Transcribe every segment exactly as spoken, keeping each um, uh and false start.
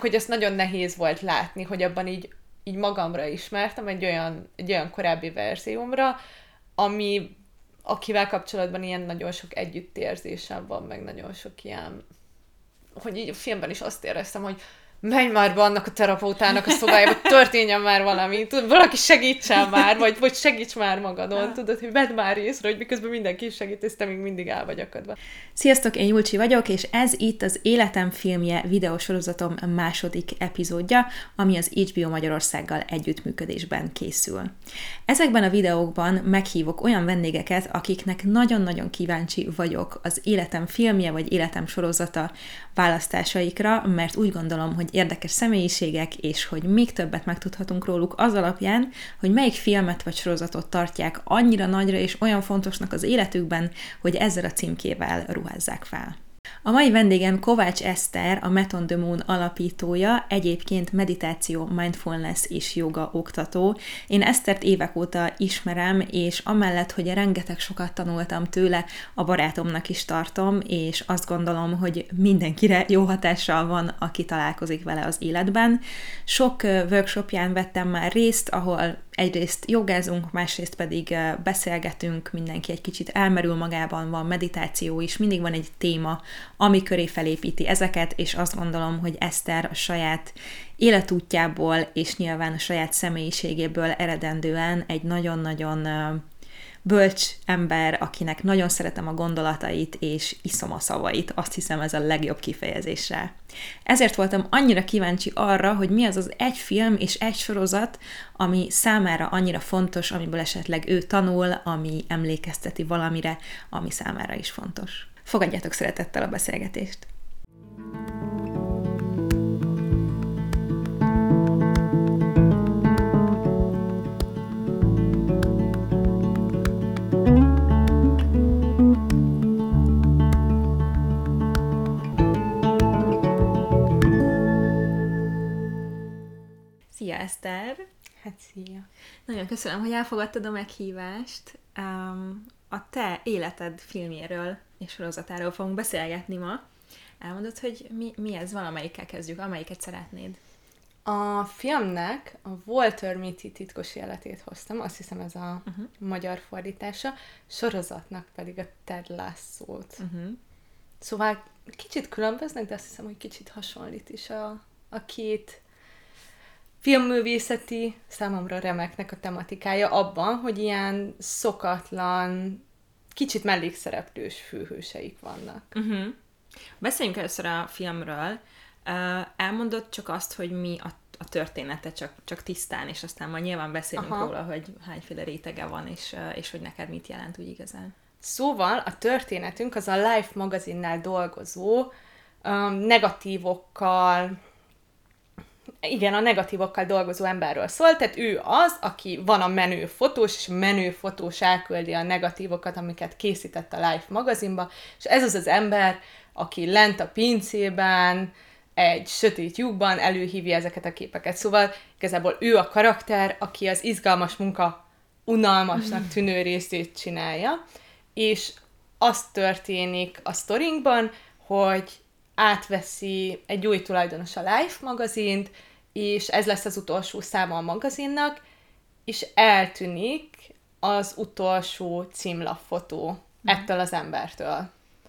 hogy ezt nagyon nehéz volt látni, hogy abban így, így magamra ismertem egy olyan, egy olyan korábbi verziómra, ami, akivel kapcsolatban ilyen nagyon sok együttérzésem van, meg nagyon sok ilyen, hogy így a filmben is azt éreztem, hogy menj már be annak a terapeutának a szobájába, történjen már valami, tudod, valaki segítsen már, vagy, vagy segíts már magadon, tudod, hogy vedd már észre, hogy miközben mindenki segít, és te még mindig el vagy akadva. Sziasztok, én Julcsi vagyok, és ez itt az Életem filmje videósorozatom második epizódja, ami az há bé o Magyarországgal együttműködésben készül. Ezekben a videókban meghívok olyan vendégeket, akiknek nagyon-nagyon kíváncsi vagyok az Életem filmje, vagy Életem sorozata választásaikra, mert úgy gondolom, hogy érdekes személyiségek, és hogy még többet megtudhatunk róluk az alapján, hogy melyik filmet vagy sorozatot tartják annyira nagyra és olyan fontosnak az életükben, hogy ezzel a címkével ruházzák fel. A mai vendégem Kovács Eszter, a Met on the Moon alapítója, egyébként meditáció, mindfulness és joga oktató. Én Esztert évek óta ismerem, és amellett, hogy rengeteg sokat tanultam tőle, a barátomnak is tartom, és azt gondolom, hogy mindenkire jó hatással van, aki találkozik vele az életben. Sok workshopján vettem már részt, ahol egyrészt jogázunk, másrészt pedig beszélgetünk, mindenki egy kicsit elmerül magában, van meditáció is, mindig van egy téma, ami köré felépíti ezeket, és azt gondolom, hogy Eszter a saját életútjából, és nyilván a saját személyiségéből eredendően egy nagyon-nagyon bölcs ember, akinek nagyon szeretem a gondolatait, és iszom a szavait. Azt hiszem, ez a legjobb kifejezésre. Ezért voltam annyira kíváncsi arra, hogy mi az az egy film és egy sorozat, ami számára annyira fontos, amiből esetleg ő tanul, ami emlékezteti valamire, ami számára is fontos. Fogadjátok szeretettel a beszélgetést! Szia, Eszter! Hát szia! Nagyon köszönöm, hogy elfogadtad a meghívást. Um, a te életed filmjéről és sorozatáról fogunk beszélgetni ma. Elmondod, hogy mi, mi ez? Valamelyikkel kezdjük. Amelyiket szeretnéd? A filmnek a Walter Mitty titkos életét hoztam, azt hiszem ez a uh-huh. magyar fordítása, sorozatnak pedig a Ted Lasso-t. Uh-huh. Szóval kicsit különböznek, de azt hiszem, hogy kicsit hasonlít is a, a két filmművészeti, számomra remeknek a tematikája abban, hogy ilyen szokatlan, kicsit mellékszereplős főhőseik vannak. Uh-huh. Beszéljünk először a filmről. Uh, elmondod csak azt, hogy mi a, a története, csak, csak tisztán, és aztán majd nyilván beszélünk Aha. róla, hogy hányféle rétege van, és, uh, és hogy neked mit jelent úgy igazán. Szóval a történetünk az a Life magazinnál dolgozó um, negatívokkal, igen, a negatívokkal dolgozó emberről szól, tehát ő az, aki van a menő fotós, és a menő fotós elküldi a negatívokat, amiket készített a Life magazinba, és ez az az ember, aki lent a pincében, egy sötét lyukban előhívja ezeket a képeket. Szóval igazából ő a karakter, aki az izgalmas munka unalmasnak tűnő részét csinálja, és az történik a sztorinkban, hogy átveszi egy új tulajdonos a Life magazint, és ez lesz az utolsó száma a magazinnak, és eltűnik az utolsó címlapfotó mm. ettől az embertől.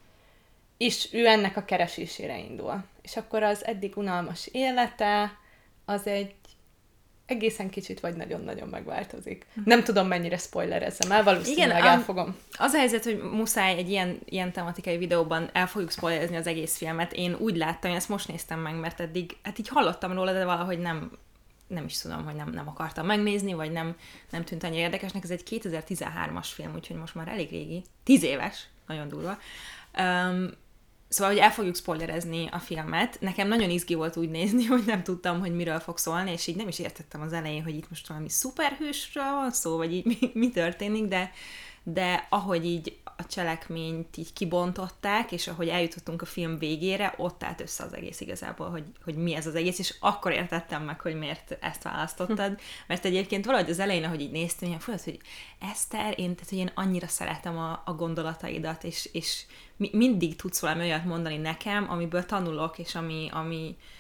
És ő ennek a keresésére indul. És akkor az eddig unalmas élete, az egy egészen kicsit vagy nagyon-nagyon megváltozik. Mm. Nem tudom, mennyire spoilerezzem el, valószínűleg Igen, elfogom. Az a helyzet, hogy muszáj egy ilyen, ilyen tematikai videóban el fogjuk spoilerezni az egész filmet. Én úgy láttam, én ezt most néztem meg, mert eddig, hát így hallottam róla, de valahogy nem, nem is tudom, hogy nem, nem akartam megnézni, vagy nem, nem tűnt annyira érdekesnek. Ez egy kétezer-tizenhármas film, úgyhogy most már elég régi. Tíz éves, nagyon durva. Um, Szóval, hogy el fogjuk spoilerezni a filmet. Nekem nagyon izgi volt úgy nézni, hogy nem tudtam, hogy miről fog szólni, és így nem is értettem az elején, hogy itt most valami szuperhősről van szó, vagy így mi, mi történik, de, de ahogy így a cselekményt így kibontották, és ahogy eljutottunk a film végére, ott állt össze az egész igazából, hogy, hogy mi ez az egész, és akkor értettem meg, hogy miért ezt választottad, mert egyébként valahogy az elején, ahogy így néztem, ilyen fölött, hogy Eszter, én, tehát, hogy én annyira szeretem a, a gondolataidat, és, és mi, mindig tudsz valami olyat mondani nekem, amiből tanulok, és ami, ami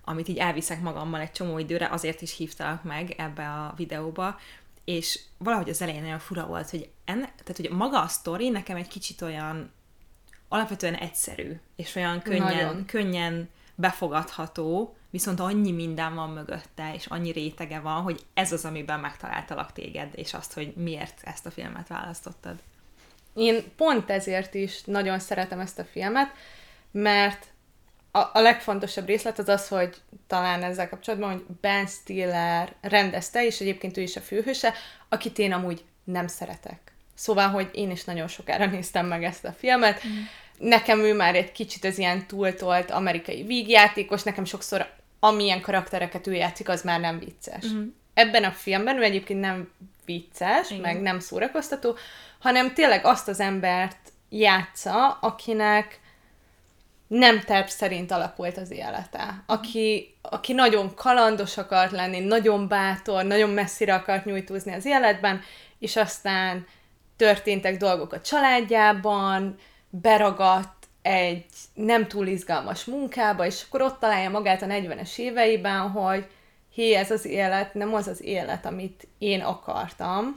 amit így elviszek magammal egy csomó időre, azért is hívtalak meg ebbe a videóba, és valahogy az elején olyan fura volt, hogy, enne, tehát, hogy maga a sztori nekem egy kicsit olyan alapvetően egyszerű, és olyan könnyen, könnyen befogadható, viszont annyi minden van mögötte, és annyi rétege van, hogy ez az, amiben megtaláltalak téged, és azt, hogy miért ezt a filmet választottad. Én pont ezért is nagyon szeretem ezt a filmet, mert a, a legfontosabb részlet az az, hogy talán ezzel kapcsolatban, hogy Ben Stiller rendezte, és egyébként ő is a főhőse, akit én amúgy nem szeretek. Szóval, hogy én is nagyon sokára néztem meg ezt a filmet. Mm. Nekem ő már egy kicsit az ilyen túltolt amerikai vígjátékos, nekem sokszor amilyen karaktereket ő játszik, az már nem vicces. Mm. Ebben a filmben ő egyébként nem vicces, igen, meg nem szórakoztató, hanem tényleg azt az embert játsza, akinek nem terv szerint alakult az élete. Aki, aki nagyon kalandos akart lenni, nagyon bátor, nagyon messzire akart nyújtózni az életben, és aztán történtek dolgok a családjában, beragadt egy nem túl izgalmas munkába, és akkor ott találja magát a negyvenes éveiben, hogy hé, ez az élet nem az az élet, amit én akartam,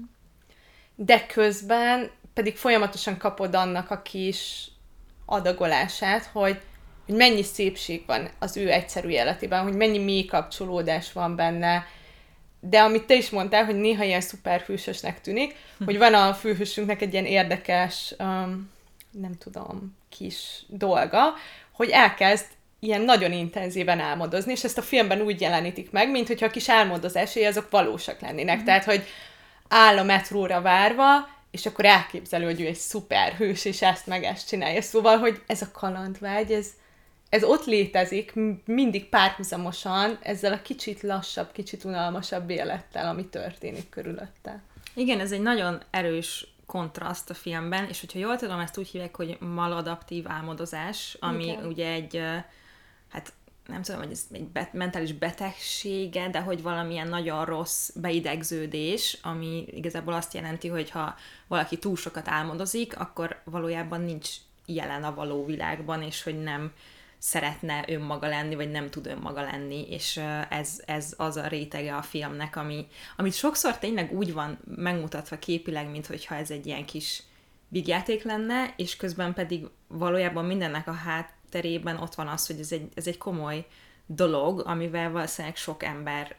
de közben pedig folyamatosan kapod annak a kis adagolását, hogy, hogy mennyi szépség van az ő egyszerű életében, hogy mennyi mély kapcsolódás van benne, de amit te is mondtál, hogy néha ilyen szuperhősösnek tűnik, hm. hogy van a főhősünknek egy ilyen érdekes, um, nem tudom, kis dolga, hogy elkezd ilyen nagyon intenzíven álmodozni, és ezt a filmben úgy jelenítik meg, mint hogyha a kis álmodozásai azok valósak lennének. Mm. Tehát, hogy áll a metróra várva, és akkor elképzelő, hogy ő egy szuperhős, és ezt meg ezt csinálja. Szóval, hogy ez a kalandvágy, ez, ez ott létezik mindig párhuzamosan ezzel a kicsit lassabb, kicsit unalmasabb élettel, ami történik körülötte. Igen, ez egy nagyon erős kontraszt a filmben, és hogyha jól tudom, ezt úgy hívják, hogy maladaptív álmodozás, ami igen, ugye egy, hát nem tudom, hogy ez egy bet- mentális betegsége, de hogy valamilyen nagyon rossz beidegződés, ami igazából azt jelenti, hogy ha valaki túl sokat álmodozik, akkor valójában nincs jelen a való világban, és hogy nem szeretne önmaga lenni, vagy nem tud önmaga lenni, és ez, ez az a rétege a filmnek, ami, amit sokszor tényleg úgy van megmutatva képileg, mint hogyha ez egy ilyen kis vígjáték lenne, és közben pedig valójában mindennek a hátterében ott van az, hogy ez egy, ez egy komoly dolog, amivel valószínűleg sok ember,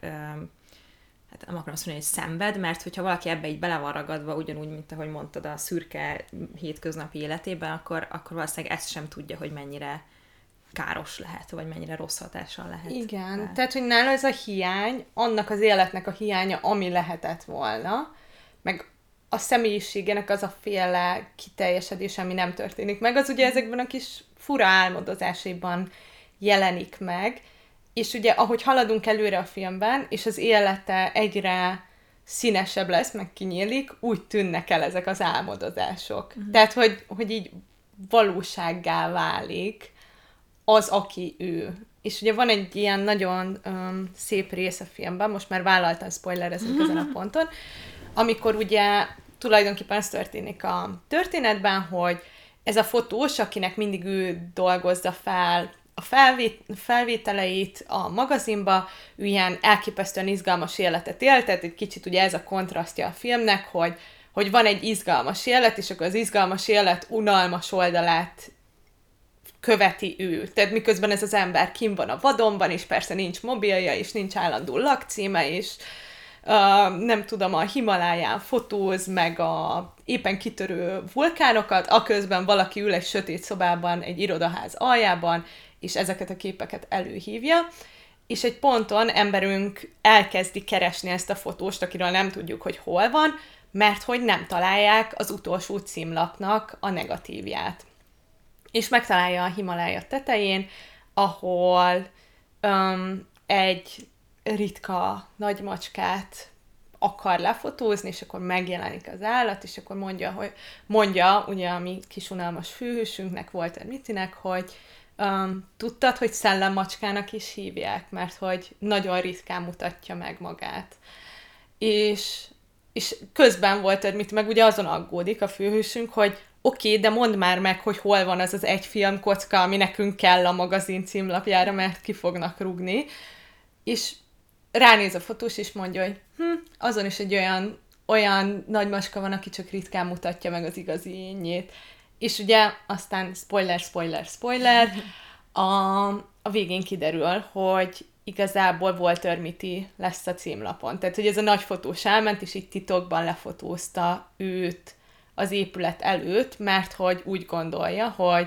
hát nem akarom azt mondani, hogy szenved, mert hogyha valaki ebbe így bele van ragadva, ugyanúgy, mint ahogy mondtad, a szürke hétköznapi életében, akkor, akkor valószínűleg ezt sem tudja, hogy mennyire káros lehet, vagy mennyire rossz hatással lehet. Igen, rá. Tehát, hogy nála ez a hiány, annak az életnek a hiánya, ami lehetett volna, meg a személyiségének az a féle kiteljesedés, ami nem történik meg, az ugye ezekben a kis fura álmodozásaiban jelenik meg, és ugye ahogy haladunk előre a filmben, és az élete egyre színesebb lesz, meg kinyílik, úgy tűnnek el ezek az álmodozások. Uh-huh. Tehát, hogy, hogy így valósággá válik az, aki ő. És ugye van egy ilyen nagyon um, szép rész a filmben, most már vállaltan spoilerezünk ezen a ponton, amikor ugye tulajdonképpen az történik a történetben, hogy ez a fotós, akinek mindig ő dolgozza fel a felvét, felvételeit a magazinba, ő ilyen elképesztően izgalmas életet élt, tehát egy kicsit ugye ez a kontrasztja a filmnek, hogy, hogy van egy izgalmas élet, és akkor az izgalmas élet unalmas oldalát követi ő. Tehát miközben ez az ember kim van a vadonban, és persze nincs mobilja, és nincs állandó lakcíme, és uh, nem tudom, a Himaláján fotóz, meg a éppen kitörő vulkánokat, aközben valaki ül egy sötét szobában, egy irodaház aljában, és ezeket a képeket előhívja, és egy ponton emberünk elkezdi keresni ezt a fotóst, akiről nem tudjuk, hogy hol van, mert hogy nem találják az utolsó címlapnak a negatívját. És megtalálja a Himalája tetején, ahol um, egy ritka nagymacskát akar lefotózni, és akkor megjelenik az állat, és akkor mondja, hogy mondja, ugye a mi kis unalmas főhősünknek, Walter Mittynek, hogy um, tudtad, hogy szellemmacskának is hívják, mert hogy nagyon ritkán mutatja meg magát. És, és közben Walter Mitty meg ugye azon aggódik a főhősünk, hogy oké, okay, de mondd már meg, hogy hol van az az egy filmkocka, ami nekünk kell a magazin címlapjára, mert ki fognak rúgni. És ránéz a fotós, és mondja, hogy hm, azon is egy olyan, olyan nagy macska van, aki csak ritkán mutatja meg az igazi énjét. És ugye aztán spoiler, spoiler, spoiler, a, a végén kiderül, hogy igazából Walter Mitty lesz a címlapon. Tehát, hogy ez a nagy fotós elment, és így titokban lefotózta őt az épület előtt, mert hogy úgy gondolja, hogy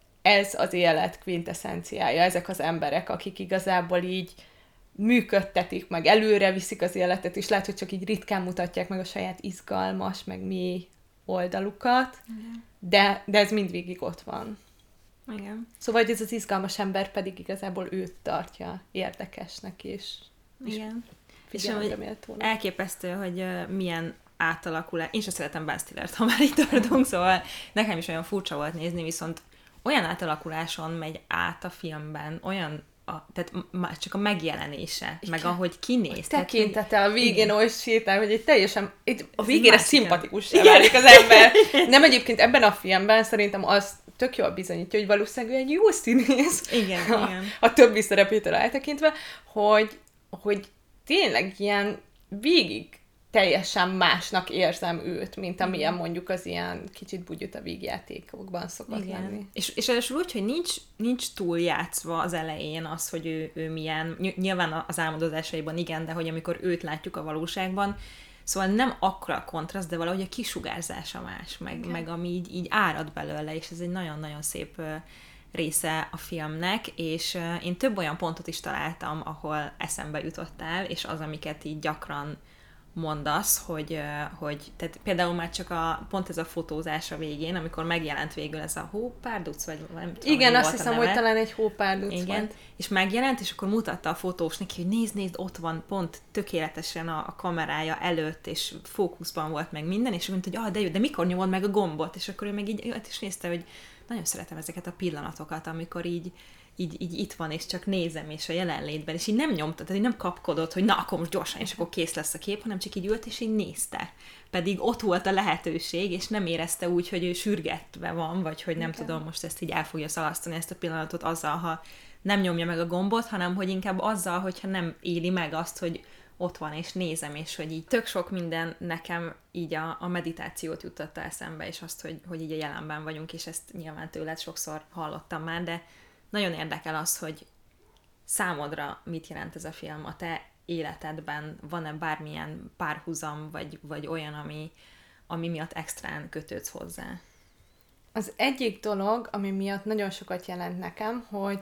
ez az élet kvintessenciája, ezek az emberek, akik igazából így működtetik, meg előre viszik az életet, és lehet, hogy csak így ritkán mutatják meg a saját izgalmas, meg mély oldalukat, igen. de, de ez mindvégig ott van. Igen. Szóval, hogy ez az izgalmas ember pedig igazából őt tartja érdekesnek, és, igen. és és elképesztő, hogy uh, milyen átalakulás. Én sem szeretem Ben Stillert, ha már itt tartunk, szóval nekem is olyan furcsa volt nézni, viszont olyan átalakuláson megy át a filmben, olyan A, tehát m- csak a megjelenése, igen. meg ahogy kinéz. A tekintete a végén igen. oly sétál, hogy egy teljesen, egy, a Ez végére szimpatikussá válik az ember. Nem egyébként ebben a filmben szerintem az tök jól bizonyítja, hogy valószínűleg egy jó színész. Igen, a, igen. a többi szerepétől eltekintve, hogy, hogy tényleg ilyen végig teljesen másnak érzem őt, mint amilyen mondjuk az ilyen kicsit bugyuta vígjátékokban szokott igen. lenni. És, és először úgy, hogy nincs, nincs túl játszva az elején az, hogy ő, ő milyen, nyilván az álmodozásaiban igen, de hogy amikor őt látjuk a valóságban, szóval nem akkora a kontraszt, de valahogy a kisugárzása más, meg, meg ami így, így árad belőle, és ez egy nagyon-nagyon szép része a filmnek, és én több olyan pontot is találtam, ahol eszembe jutottál, és az, amiket így gyakran mondasz, hogy, hogy tehát például már csak a, pont ez a fotózás a végén, amikor megjelent végül ez a hópárduc, vagy nem tudom, igen, azt hiszem, hogy talán egy hópárduc igen, volt. És megjelent, és akkor mutatta a fotós neki, hogy nézd, nézd, ott van pont tökéletesen a, a kamerája előtt, és fókuszban volt meg minden, és mondta, hogy ah, de jó, de mikor nyomod meg a gombot? És akkor ő meg így jött, és nézte, hogy nagyon szeretem ezeket a pillanatokat, amikor így Így, így itt van, és csak nézem, és a jelenlétben, és így nem nyomta, tehát így nem kapkodott, hogy na, akkor most gyorsan, és akkor kész lesz a kép, hanem csak így ült, és így nézte. Pedig ott volt a lehetőség, és nem érezte úgy, hogy ő sürgetve van, vagy hogy nem okay. tudom, most ezt így el fogja szalasztani ezt a pillanatot azzal, ha nem nyomja meg a gombot, hanem hogy inkább azzal, hogyha nem éli meg azt, hogy ott van, és nézem, és hogy így tök sok minden nekem így a, a meditációt juttatta eszembe, és azt, hogy, hogy így a jelenben vagyunk, és ezt nyilván tőled sokszor hallottam már, de nagyon érdekel az, hogy számodra mit jelent ez a film, a te életedben van-e bármilyen párhuzam, vagy, vagy olyan, ami, ami miatt extrán kötődsz hozzá? Az egyik dolog, ami miatt nagyon sokat jelent nekem, hogy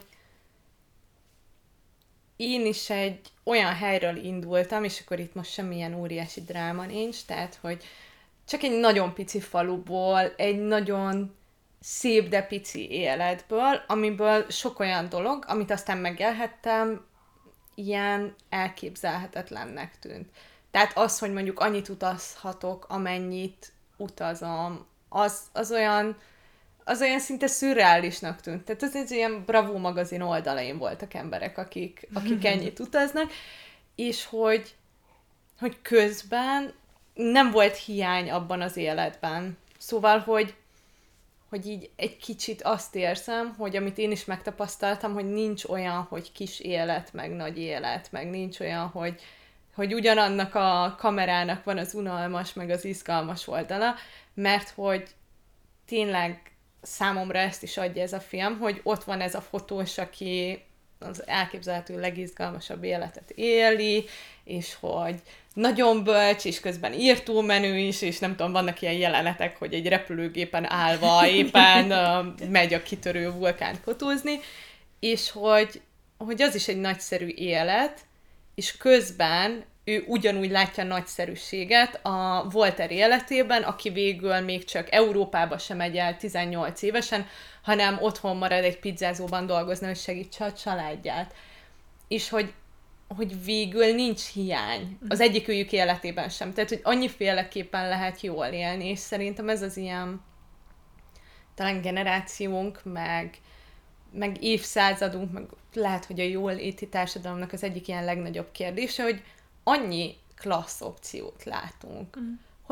én is egy olyan helyről indultam, és akkor itt most semmilyen óriási dráma nincs, tehát, hogy csak egy nagyon pici faluból, egy nagyon szép, de pici életből, amiből sok olyan dolog, amit aztán megélhettem, ilyen elképzelhetetlennek tűnt. Tehát az, hogy mondjuk annyit utazhatok, amennyit utazom, az, az olyan az olyan szinte szürreálisnak tűnt. Tehát az egy ilyen Bravo magazin oldalain voltak emberek, akik, akik ennyit utaznak, és hogy, hogy közben nem volt hiány abban az életben. Szóval, hogy hogy így egy kicsit azt érzem, hogy amit én is megtapasztaltam, hogy nincs olyan, hogy kis élet, meg nagy élet, meg nincs olyan, hogy, hogy ugyanannak a kamerának van az unalmas, meg az izgalmas oldala, mert hogy tényleg számomra ezt is adja ez a film, hogy ott van ez a fotós, aki az elképzelhető legizgalmasabb életet éli, és hogy nagyon bölcs, és közben írtómenő is, és nem tudom, vannak ilyen jelenetek, hogy egy repülőgépen állva éppen uh, megy a kitörő vulkánt fotózni, és hogy, hogy az is egy nagyszerű élet, és közben ő ugyanúgy látja a nagyszerűséget a Walter életében, aki végül még csak Európába sem megy el tizennyolc évesen, hanem otthon marad egy pizzázóban dolgozni, hogy segítse a családját. És hogy, hogy végül nincs hiány az egyikőjük életében sem. Tehát, hogy annyiféleképpen lehet jól élni, és szerintem ez az ilyen talán generációnk, meg, meg évszázadunk, meg lehet, hogy a jól léti társadalomnak az egyik ilyen legnagyobb kérdése, hogy annyi klassz opciót látunk, mm. hogy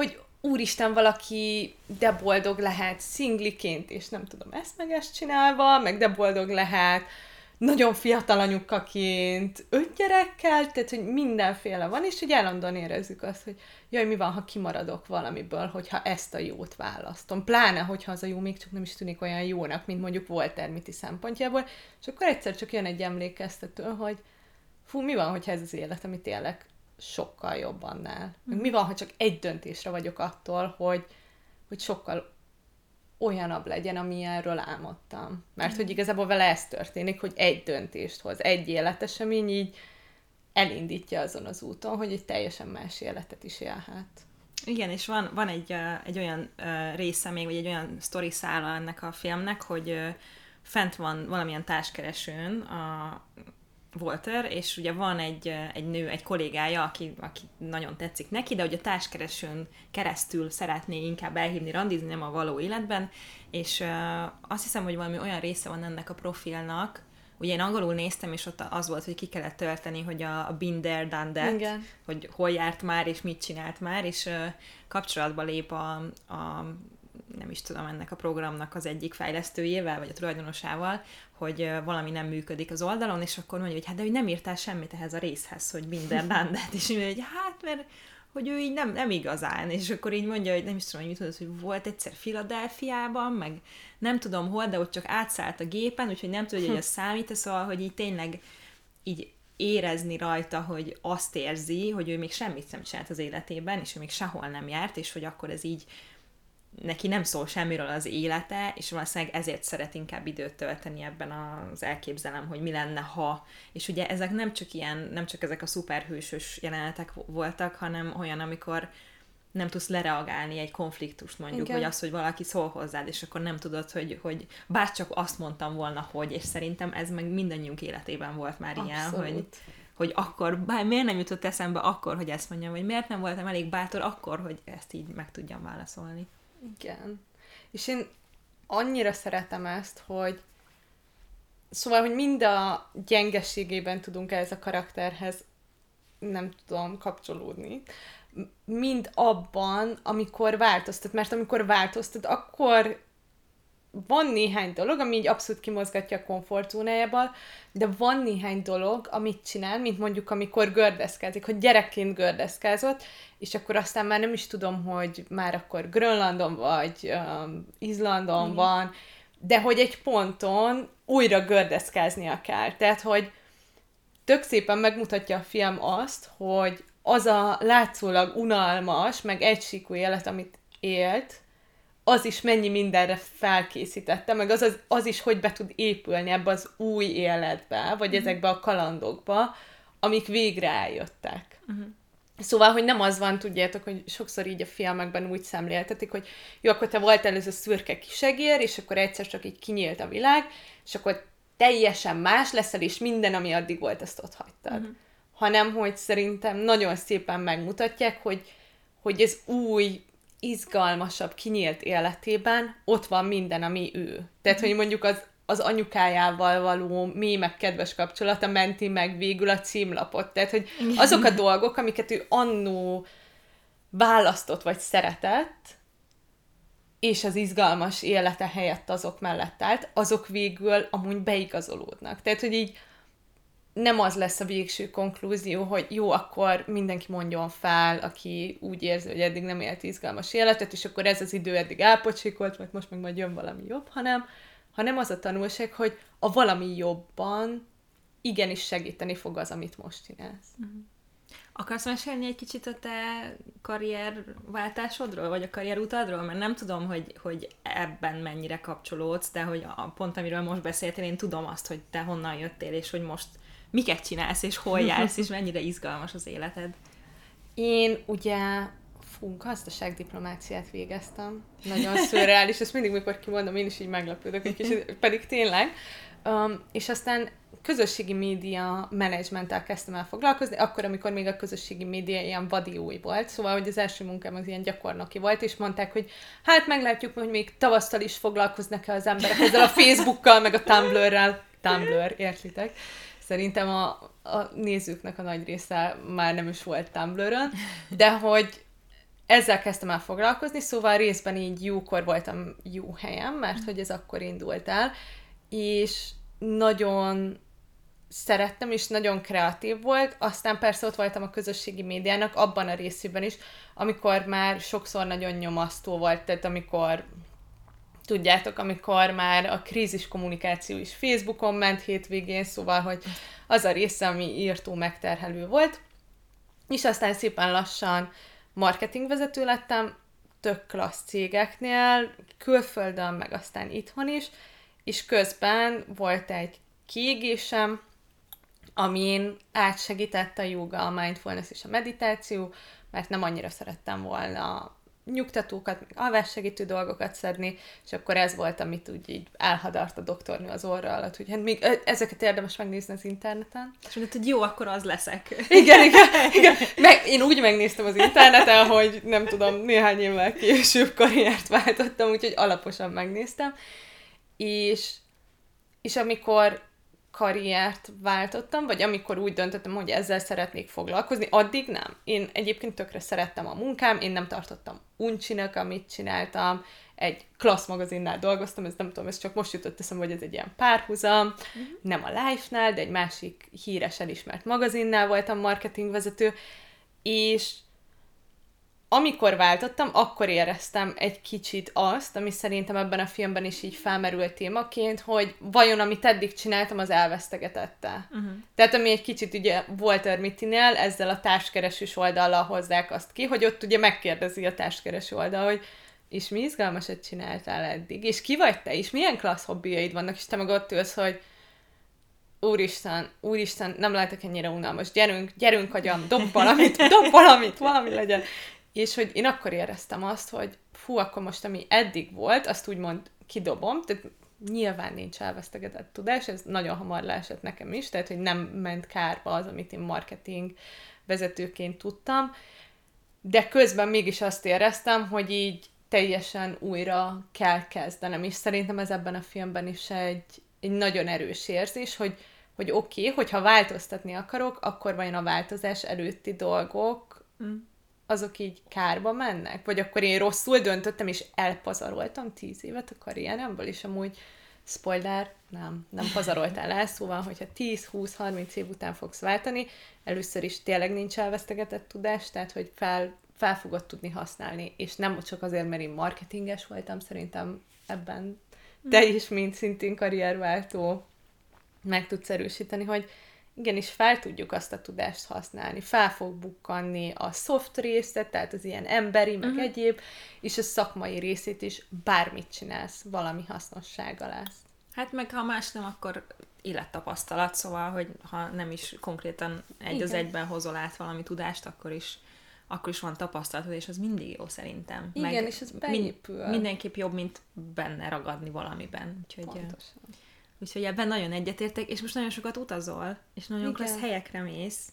úristen, valaki de boldog lehet szingliként, és nem tudom, ezt meg ezt csinálva, meg de boldog lehet nagyon fiatal anyukaként, öt gyerekkel, tehát, hogy mindenféle van, és hogy állandóan érezzük azt, hogy jaj, mi van, ha kimaradok valamiből, hogyha ezt a jót választom. Pláne, hogyha az a jó még csak nem is tűnik olyan jónak, mint mondjuk Walter Mitty szempontjából, és akkor egyszer csak jön egy emlékeztető, hogy fú, mi van, hogyha ez az élet, amit élek, sokkal jobb annál. Mm. Mi van, ha csak egy döntésre vagyok attól, hogy, hogy sokkal olyanabb legyen, amilyenről álmodtam. Mert mm. hogy igazából vele ez történik, hogy egy döntést hoz, egy életesemény így elindítja azon az úton, hogy egy teljesen más életet is élhet. Igen, és van, van egy, uh, egy olyan uh, része még, vagy egy olyan sztori szála ennek a filmnek, hogy uh, fent van valamilyen társkeresőn a Walter, és ugye van egy, egy nő, egy kollégája, aki, aki nagyon tetszik neki, de hogy a társkeresőn keresztül szeretné inkább elhívni randizni, nem a való életben, és uh, azt hiszem, hogy valami olyan része van ennek a profilnak, ugye én angolul néztem, és ott az volt, hogy ki kellett tölteni, hogy a, a been there, done that, igen. hogy hol járt már, és mit csinált már, és uh, kapcsolatba lép a, a nem is tudom, ennek a programnak az egyik fejlesztőjével, vagy a tulajdonosával, hogy valami nem működik az oldalon, és akkor mondja, hogy hát de hogy nem írtál semmit ehhez a részhez, hogy minden dandát, és így mondja, hogy hát, mert hogy ő így nem, nem igazán, és akkor így mondja, hogy nem is tudom, hogy mit tudod, hogy volt egyszer Philadelphiában, meg nem tudom hol, de ott csak átszállt a gépen, úgyhogy nem tudja, hogy ez számít, szóval, hogy így tényleg így érezni rajta, hogy azt érzi, hogy ő még semmit nem csinált az életében, és ő még sehol nem járt, és hogy akkor ez így neki nem szól semmiről az élete, és valószínűleg ezért szeret inkább időt tölteni ebben az elképzelem, hogy mi lenne, ha. És ugye ezek nem csak ilyen, nem csak ezek a szuperhősös jelenetek voltak, hanem olyan, amikor nem tudsz lereagálni egy konfliktust mondjuk, igen. Vagy az, hogy valaki szól hozzád, és akkor nem tudod, hogy, hogy bárcsak azt mondtam volna, hogy, és szerintem ez meg mindannyiunk életében volt már abszolút. Ilyen, hogy, hogy akkor, bár miért nem jutott eszembe akkor, hogy ezt mondjam, vagy miért nem voltam elég bátor akkor, hogy ezt így meg tudjam válaszolni. Igen. És én annyira szeretem ezt, hogy szóval, hogy mind a gyengeségében tudunk ehhez a karakterhez, nem tudom, kapcsolódni. Mind abban, amikor változtat. Mert amikor változtat, akkor van néhány dolog, ami így abszolút kimozgatja a komfortzónájából, de van néhány dolog, amit csinál, mint mondjuk, amikor gördeszkázik, hogy gyerekként gördeszkázott, és akkor aztán már nem is tudom, hogy már akkor Grönlandon vagy um, Izlandon mm. van, de hogy egy ponton újra gördeszkáznia kell. Tehát, hogy tök szépen megmutatja a film azt, hogy az a látszólag unalmas, meg egysíkú élet, amit élt, az is mennyi mindenre felkészítette, meg az, az, az is, hogy be tud épülni ebbe az új életbe, vagy mm. ezekbe a kalandokba, amik végre eljöttek. Mm. Szóval, hogy nem az van, tudjátok, hogy sokszor így a filmekben úgy szemléltetik, hogy jó, akkor te voltál ez a szürke kisegér, és akkor egyszer csak így kinyílt a világ, és akkor teljesen más leszel, és minden, ami addig volt, azt ott hagytad. Mm. Hanem, hogy szerintem nagyon szépen megmutatják, hogy, hogy ez új, izgalmasabb, kinyílt életében ott van minden, ami ő. Tehát, mm. hogy mondjuk az, az anyukájával való mély, meg kedves kapcsolata menti meg végül a címlapot. Tehát, hogy azok a dolgok, amiket ő annó választott, vagy szeretett, és az izgalmas élete helyett azok mellett állt, azok végül amúgy beigazolódnak. Tehát, hogy így nem az lesz a végső konklúzió, hogy jó, akkor mindenki mondjon fel, aki úgy érzi, hogy eddig nem élt izgalmas életet, és akkor ez az idő eddig elpocsékolt, mert most meg majd jön valami jobb, hanem, hanem az a tanulság, hogy a valami jobban igenis segíteni fog az, amit most csinálsz. Uh-huh. Akarsz mesélni egy kicsit a te karrierváltásodról, vagy a karrierutadról? Mert nem tudom, hogy, hogy ebben mennyire kapcsolódsz, de hogy a pont, amiről most beszéltél, én tudom azt, hogy te honnan jöttél, és hogy most miket csinálsz, és hol jársz, és mennyire izgalmas az életed. Én ugye fú, gazdaságdiplomáciát végeztem. Nagyon szürreális, ezt mindig, mikor kimondom, én is így meglepődök egy kicsit, pedig tényleg. Um, és aztán közösségi média menedzsmenttel kezdtem el foglalkozni, akkor, amikor még a közösségi média ilyen vadi új volt, szóval, hogy az első munkám az ilyen gyakornoki volt, és mondták, hogy hát meglátjuk, hogy még tavasztal is foglalkoznak-e az emberek ezzel a Facebookkal, meg a Tumblr-rel. Tumblr, értitek? Szerintem a, a nézőknek a nagy része már nem is volt Tumblr-ön, de hogy ezzel kezdtem el foglalkozni, szóval részben így jókor voltam jó helyen, mert hogy ez akkor indult el, és nagyon szerettem, és nagyon kreatív volt, aztán persze ott voltam a közösségi médiának abban a részében is, amikor már sokszor nagyon nyomasztó volt, tehát amikor tudjátok, amikor már a krízis kommunikáció is Facebookon ment hétvégén, szóval, hogy az a része, ami írtó megterhelő volt, és aztán szépen lassan marketingvezető lettem, tök klassz cégeknél, külföldön, meg aztán itthon is, és közben volt egy kiégésem, amin átsegített a jóga, a mindfulness és a meditáció, mert nem annyira szerettem volna nyugtatókat, meg alvássegítő dolgokat szedni, és akkor ez volt, amit úgy így elhadart a doktornő az orra alatt, hogy hát még ezeket érdemes megnézni az interneten. És mondod, hogy jó, akkor az leszek. Igen, igen, igen. Meg, én úgy megnéztem az interneten, hogy nem tudom, néhány évvel később karriert váltottam, úgyhogy alaposan megnéztem, és, és amikor karriert váltottam, vagy amikor úgy döntöttem, hogy ezzel szeretnék foglalkozni, addig nem. Én egyébként tökre szerettem a munkám, én nem tartottam uncsinak, amit csináltam, egy klassz magazinnál dolgoztam, ez nem tudom, ez csak most jutott eszembe, hogy ez egy ilyen párhuzam, uh-huh. nem a Life-nál, de egy másik híres elismert magazinnál voltam marketingvezető, és amikor váltottam, akkor éreztem egy kicsit azt, ami szerintem ebben a filmben is így felmerült témaként, hogy vajon amit eddig csináltam, az elvesztegetette. Uh-huh. Tehát ami egy kicsit ugye Walter Mittynél ezzel a társkeresős oldallal hozzák azt ki, hogy ott ugye megkérdezi a társkereső oldal, hogy és mi izgalmasat csináltál eddig, és ki vagy te, és milyen klassz hobbiaid vannak, és te meg ott ülsz, hogy úristen, úristen, nem lehetek ennyire unalmas, gyerünk, gyerünk agyam, dob valamit, dob valamit, valami legyen. És hogy én akkor éreztem azt, hogy fú, akkor most ami eddig volt, azt úgymond kidobom, tehát nyilván nincs elvesztegetett tudás, ez nagyon hamar leesett nekem is, tehát hogy nem ment kárba az, amit én marketing vezetőként tudtam, de közben mégis azt éreztem, hogy így teljesen újra kell kezdenem, és szerintem ez ebben a filmben is egy, egy nagyon erős érzés, hogy, hogy oké, okay, hogyha változtatni akarok, akkor vajon a változás előtti dolgok mm. azok így kárba mennek? Vagy akkor én rosszul döntöttem, és elpazaroltam tíz évet a karrieremből, és amúgy spoiler, nem, nem pazaroltál el, szóval, hogyha tíz, húsz, harminc év után fogsz váltani, először is tényleg nincs elvesztegetett tudás, tehát, hogy fel, fel fogod tudni használni, és nem csak azért, mert én marketinges voltam, szerintem ebben te is, mint szintén karrierváltó meg tudsz erősíteni, hogy igenis fel tudjuk azt a tudást használni, fel fog bukkanni a soft részt, tehát az ilyen emberi, meg uh-huh. egyéb, és a szakmai részét is bármit csinálsz, valami hasznossága lesz. Hát meg ha más nem, akkor élettapasztalat, szóval, hogy ha nem is konkrétan egy Igen. az egyben hozol át valami tudást, akkor is, akkor is van tapasztalatod, és az mindig jó szerintem. Igen, meg és ez beépül. Mind, mindenképp jobb, mint benne ragadni valamiben. Úgyhogy, Pontosan. Úgyhogy ebben nagyon egyetértek, és most nagyon sokat utazol, és nagyon Igen. klassz helyekre mész,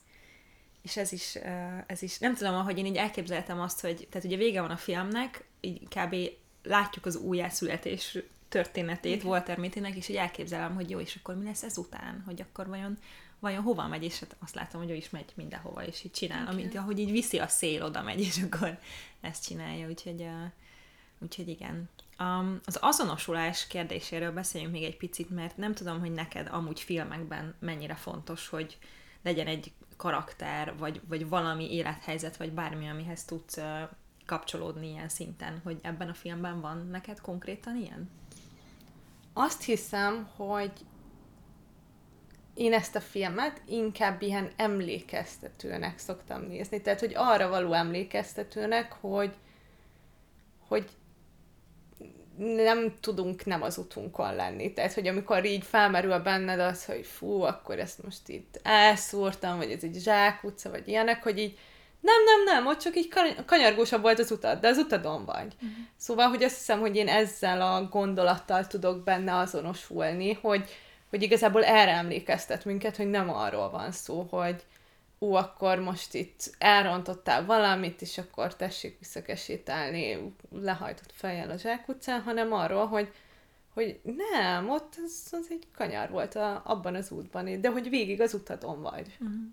és ez is, ez is, nem tudom, ahogy én így elképzeltem azt, hogy, tehát ugye vége van a filmnek, így kb. Látjuk az újjászületés történetét Igen. Walter Mittynek, és így elképzelem, hogy jó, és akkor mi lesz ezután, hogy akkor vajon, vajon hova megy, és hát azt látom, hogy ő is megy mindenhova, és így csinál, okay. amint ahogy így viszi a szél, oda megy, és akkor ezt csinálja, úgyhogy, uh, úgyhogy igen. Um, az azonosulás kérdéséről beszéljünk még egy picit, mert nem tudom, hogy neked amúgy filmekben mennyire fontos, hogy legyen egy karakter, vagy, vagy valami élethelyzet, vagy bármi, amihez tudsz uh, kapcsolódni ilyen szinten, hogy ebben a filmben van neked konkrétan ilyen? Azt hiszem, hogy én ezt a filmet inkább ilyen emlékeztetőnek szoktam nézni. Tehát, hogy arra való emlékeztetőnek, hogy, hogy nem tudunk nem az utunkon lenni. Tehát, hogy amikor így felmerül benned az, hogy fú, akkor ezt most itt elszúrtam, vagy ez egy zsákutca, vagy ilyenek, hogy így nem, nem, nem, ott csak így kanyargósabb volt az utad, de az utadon vagy. Uh-huh. Szóval, hogy azt hiszem, hogy én ezzel a gondolattal tudok benne azonosulni, hogy, hogy igazából erre emlékeztet minket, hogy nem arról van szó, hogy ú, akkor most itt elrontottál valamit, és akkor tessék visszakesétálni lehajtott fejjel a zsákutcán, hanem arról, hogy, hogy nem, ott az, az egy kanyar volt a, abban az útban, de hogy végig az utadon vagy. Uh-huh.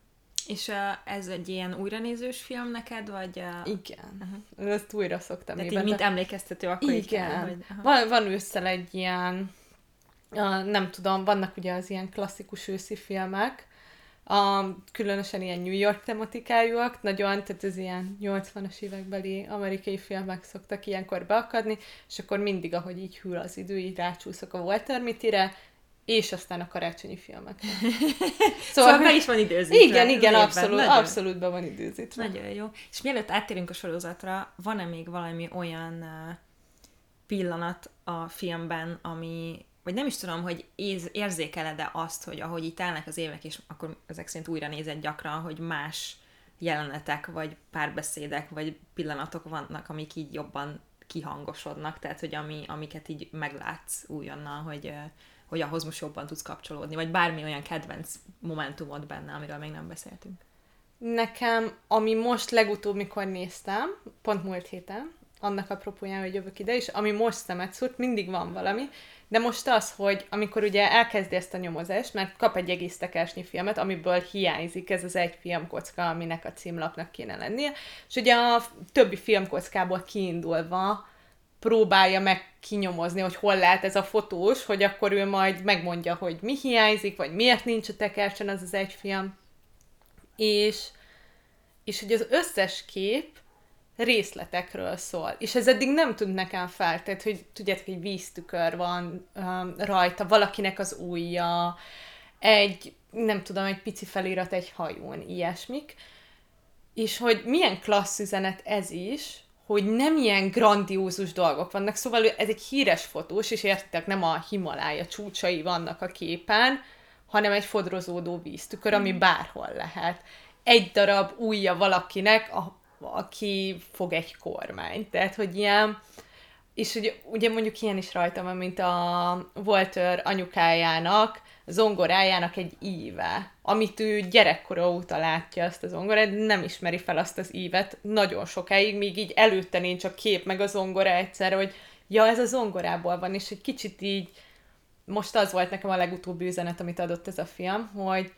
És uh, ez egy ilyen újranézős film neked, vagy... Uh... Igen. Uh-huh. Ezt újra szoktam Tehát így, mint emlékeztető, akkor igen. így kell, hogy... Van, van ősszel egy ilyen, uh, nem tudom, vannak ugye az ilyen klasszikus őszi filmek, a, különösen ilyen New York tematikájúak, nagyon, tehát ez ilyen nyolcvanas évekbeli amerikai filmek szoktak ilyenkor beakadni, és akkor mindig, ahogy így hűl az idő, így rácsúszok a Walter Mittyre, és aztán a karácsonyi filmekre. Szóval, szóval be is van időzítve. Igen, igen, abszolút, abszolút be van időzítve. Nagyon jó. És mielőtt áttérünk a sorozatra, van-e még valami olyan uh, pillanat a filmben, ami, vagy nem is tudom, hogy éz, érzékeled-e azt, hogy ahogy itt telnek az évek, és akkor ezek szerint újra nézed gyakran, hogy más jelenetek, vagy párbeszédek, vagy pillanatok vannak, amik így jobban kihangosodnak, tehát, hogy ami, amiket így meglátsz újonnan, hogy... Uh, hogy ahhoz most jobban tudsz kapcsolódni, vagy bármi olyan kedvenc momentumod benne, amiről még nem beszéltünk. Nekem, ami most legutóbb, mikor néztem, pont múlt héten, annak apropóján, hogy jövök ide, és ami most szemet szúrt, mindig van valami, de most az, hogy amikor ugye elkezdi ezt a nyomozást, mert kap egy egész tekersnyi filmet, amiből hiányzik ez az egy filmkocka, aminek a címlapnak kéne lennie, és ugye a többi filmkockából kiindulva próbálja meg kinyomozni, hogy hol lehet ez a fotós, hogy akkor ő majd megmondja, hogy mi hiányzik, vagy miért nincs a tekercsen az az egy film. És, és hogy az összes kép részletekről szól. És ez eddig nem tud nekem fel, tehát, hogy tudjátok, egy víztükör van um, rajta, valakinek az ujja, egy, nem tudom, egy pici felirat egy hajón, ilyesmik. És hogy milyen klassz üzenet ez is, hogy nem ilyen grandiózus dolgok vannak, szóval ez egy híres fotós, és értitek, nem a Himalája csúcsai vannak a képen, hanem egy fodrozódó víztükör, ami bárhol lehet. Egy darab ujja valakinek, a, aki fog egy kormányt. Tehát, hogy ilyen, és ugye, ugye mondjuk ilyen is rajta van, mint a Walter anyukájának, a zongorájának egy íve, amit ő gyerekkora óta látja azt a zongorát, nem ismeri fel azt az ívet nagyon sokáig, míg így előtte nincs a kép meg a zongora egyszerre, hogy ja, ez a zongorából van, és egy kicsit így, most az volt nekem a legutóbbi üzenet, amit adott ez a film, hogy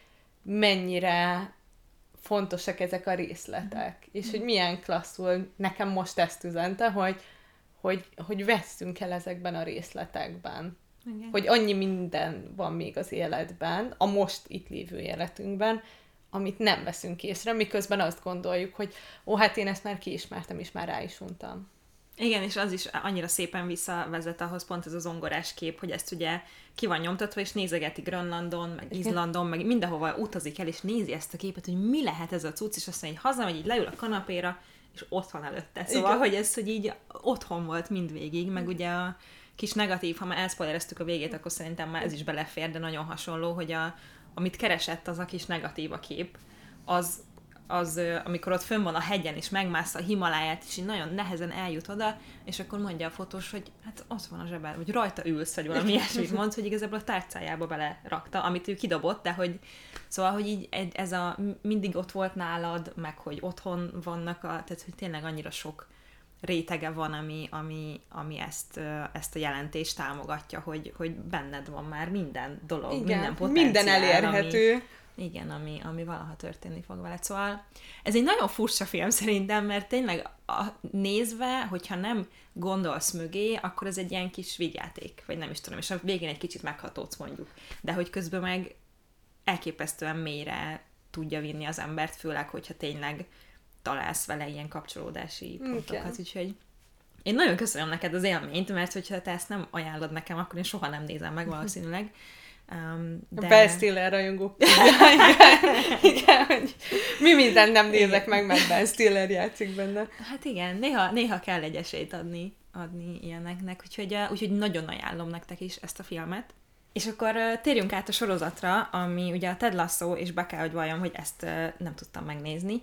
mennyire fontosak ezek a részletek, mm. és hogy milyen klasszul nekem most ezt üzente, hogy, hogy, hogy vesszünk el ezekben a részletekben. Igen. Hogy annyi minden van még az életben, a most itt lévő életünkben, amit nem veszünk észre, miközben azt gondoljuk, hogy ó, hát én ezt már kiismertem, és már rá is untam. Igen, és az is annyira szépen visszavezet ahhoz pont ez a zongorás kép, hogy ezt ugye ki van nyomtatva, és nézegeti Grönlandon, meg Izlandon, meg mindenhova utazik el, és nézi ezt a képet, hogy mi lehet ez a cucc, és azt mondja, hogy hazamegy, így leül a kanapéra, és ott van előtte. Szóval, igen. Hogy ez, hogy így otthon volt mindvégig, meg ugye a kis negatív, ha már elszpoilereztük a végét, akkor szerintem már ez is belefér, de nagyon hasonló, hogy a, amit keresett az a kis negatív a kép, az, az, amikor ott fönn van a hegyen, és megmászta a Himaláját, és így nagyon nehezen eljut oda, és akkor mondja a fotós, hogy hát ott van a zsebben, vagy rajta ülsz, vagy valami ilyesmit mond, hogy igazából a tárcájába belerakta, amit ő kidobott, de hogy szóval, hogy így ez a mindig ott volt nálad, meg hogy otthon vannak, a, tehát hogy tényleg annyira sok rétege van, ami, ami, ami ezt, ezt a jelentést támogatja, hogy, hogy benned van már minden dolog, igen, minden potenciál. Minden elérhető. Ami, igen, ami, ami valaha történni fog veled. Szóval ez egy nagyon furcsa film szerintem, mert tényleg a, nézve, hogyha nem gondolsz mögé, akkor ez egy ilyen kis vígjáték, vagy nem is tudom, és a végén egy kicsit meghatódsz mondjuk. De hogy közben meg elképesztően mélyre tudja vinni az embert, főleg, hogyha tényleg találsz vele ilyen kapcsolódási pontokat, okay. Úgyhogy én nagyon köszönöm neked az élményt, mert hogyha te ezt nem ajánlod nekem, akkor én soha nem nézem meg valószínűleg. Um, de... Ben Stiller rajongók. igen, igen, hogy mi mindent nem nézek meg, mert Ben Stiller játszik benne. Hát igen, néha, néha kell egy esélyt adni, adni ilyeneknek, úgyhogy, úgyhogy nagyon ajánlom nektek is ezt a filmet. És akkor uh, térjünk át a sorozatra, ami ugye a Ted Lasso, és be kell, hogy valljam, hogy ezt uh, nem tudtam megnézni.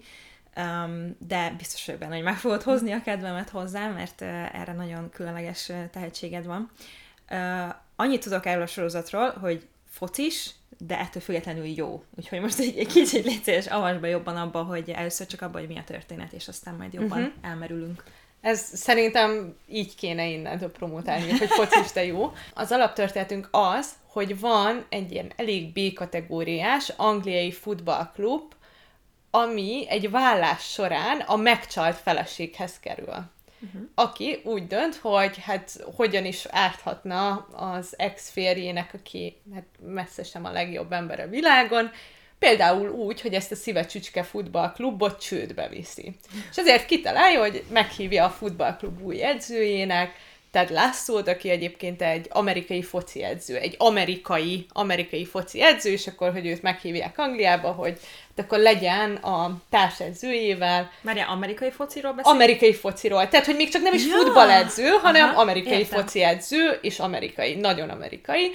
Um, de biztos vagyok benne, hogy meg fogod hozni a kedvemet hozzá, mert uh, erre nagyon különleges uh, tehetséged van. Uh, annyit tudok erről a sorozatról, hogy focis, de ettől függetlenül jó. Úgyhogy most egy, egy kicsit légy szíves, avasd be jobban abba, hogy először csak abba, hogy mi a történet, és aztán majd jobban uh-huh. elmerülünk. Ez szerintem így kéne innentől promotálni, hogy focis, de jó. Az alaptörténetünk az, hogy van egy ilyen elég B-kategóriás angliai futballklub, ami egy vállás során a megcsalt feleséghez kerül. Uh-huh. Aki úgy dönt, hogy hát hogyan is árthatna az ex-férjének, aki hát messze sem a legjobb ember a világon, például úgy, hogy ezt a Szívecsücske futballklubot csődbe viszi. És ezért kitalálja, hogy meghívja a futballklub új edzőjének, Ted Lasso-t, aki egyébként egy amerikai foci edző, egy amerikai, amerikai foci edző, és akkor, hogy őt meghívják Angliába, hogy akkor legyen a társedzőjével. Várjál, amerikai fociról beszél? Amerikai fociról. Tehát, hogy még csak nem is ja. futballedző, hanem aha, amerikai értem. Foci edző, és amerikai, nagyon amerikai.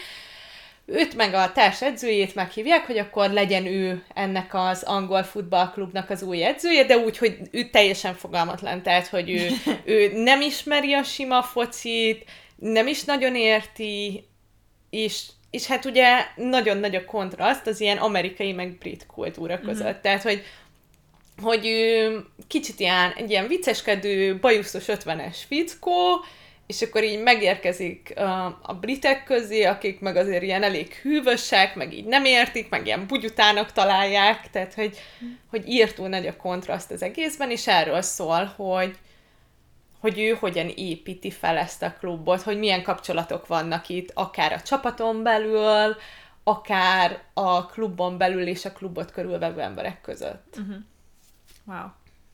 Őt meg a társedzőjét meghívják, hogy akkor legyen ő ennek az angol futballklubnak az új edzője, de úgy, hogy ő teljesen fogalmatlan, tehát, hogy ő, ő nem ismeri a sima focit, nem is nagyon érti, és, és hát ugye nagyon nagy a kontraszt az ilyen amerikai meg brit kultúra között. Uh-huh. Tehát, hogy, hogy ő kicsit ilyen, egy ilyen vicceskedő, bajuszos ötvenes fickó, és akkor így megérkezik a, a britek közé, akik meg azért ilyen elég hűvösek, meg így nem értik, meg ilyen bugyutának találják, tehát hogy, hogy írtó nagy a kontraszt az egészben, és erről szól, hogy, hogy ő hogyan építi fel ezt a klubot, hogy milyen kapcsolatok vannak itt, akár a csapaton belül, akár a klubon belül és a klubot körülvevő emberek között. Uh-huh. Wow.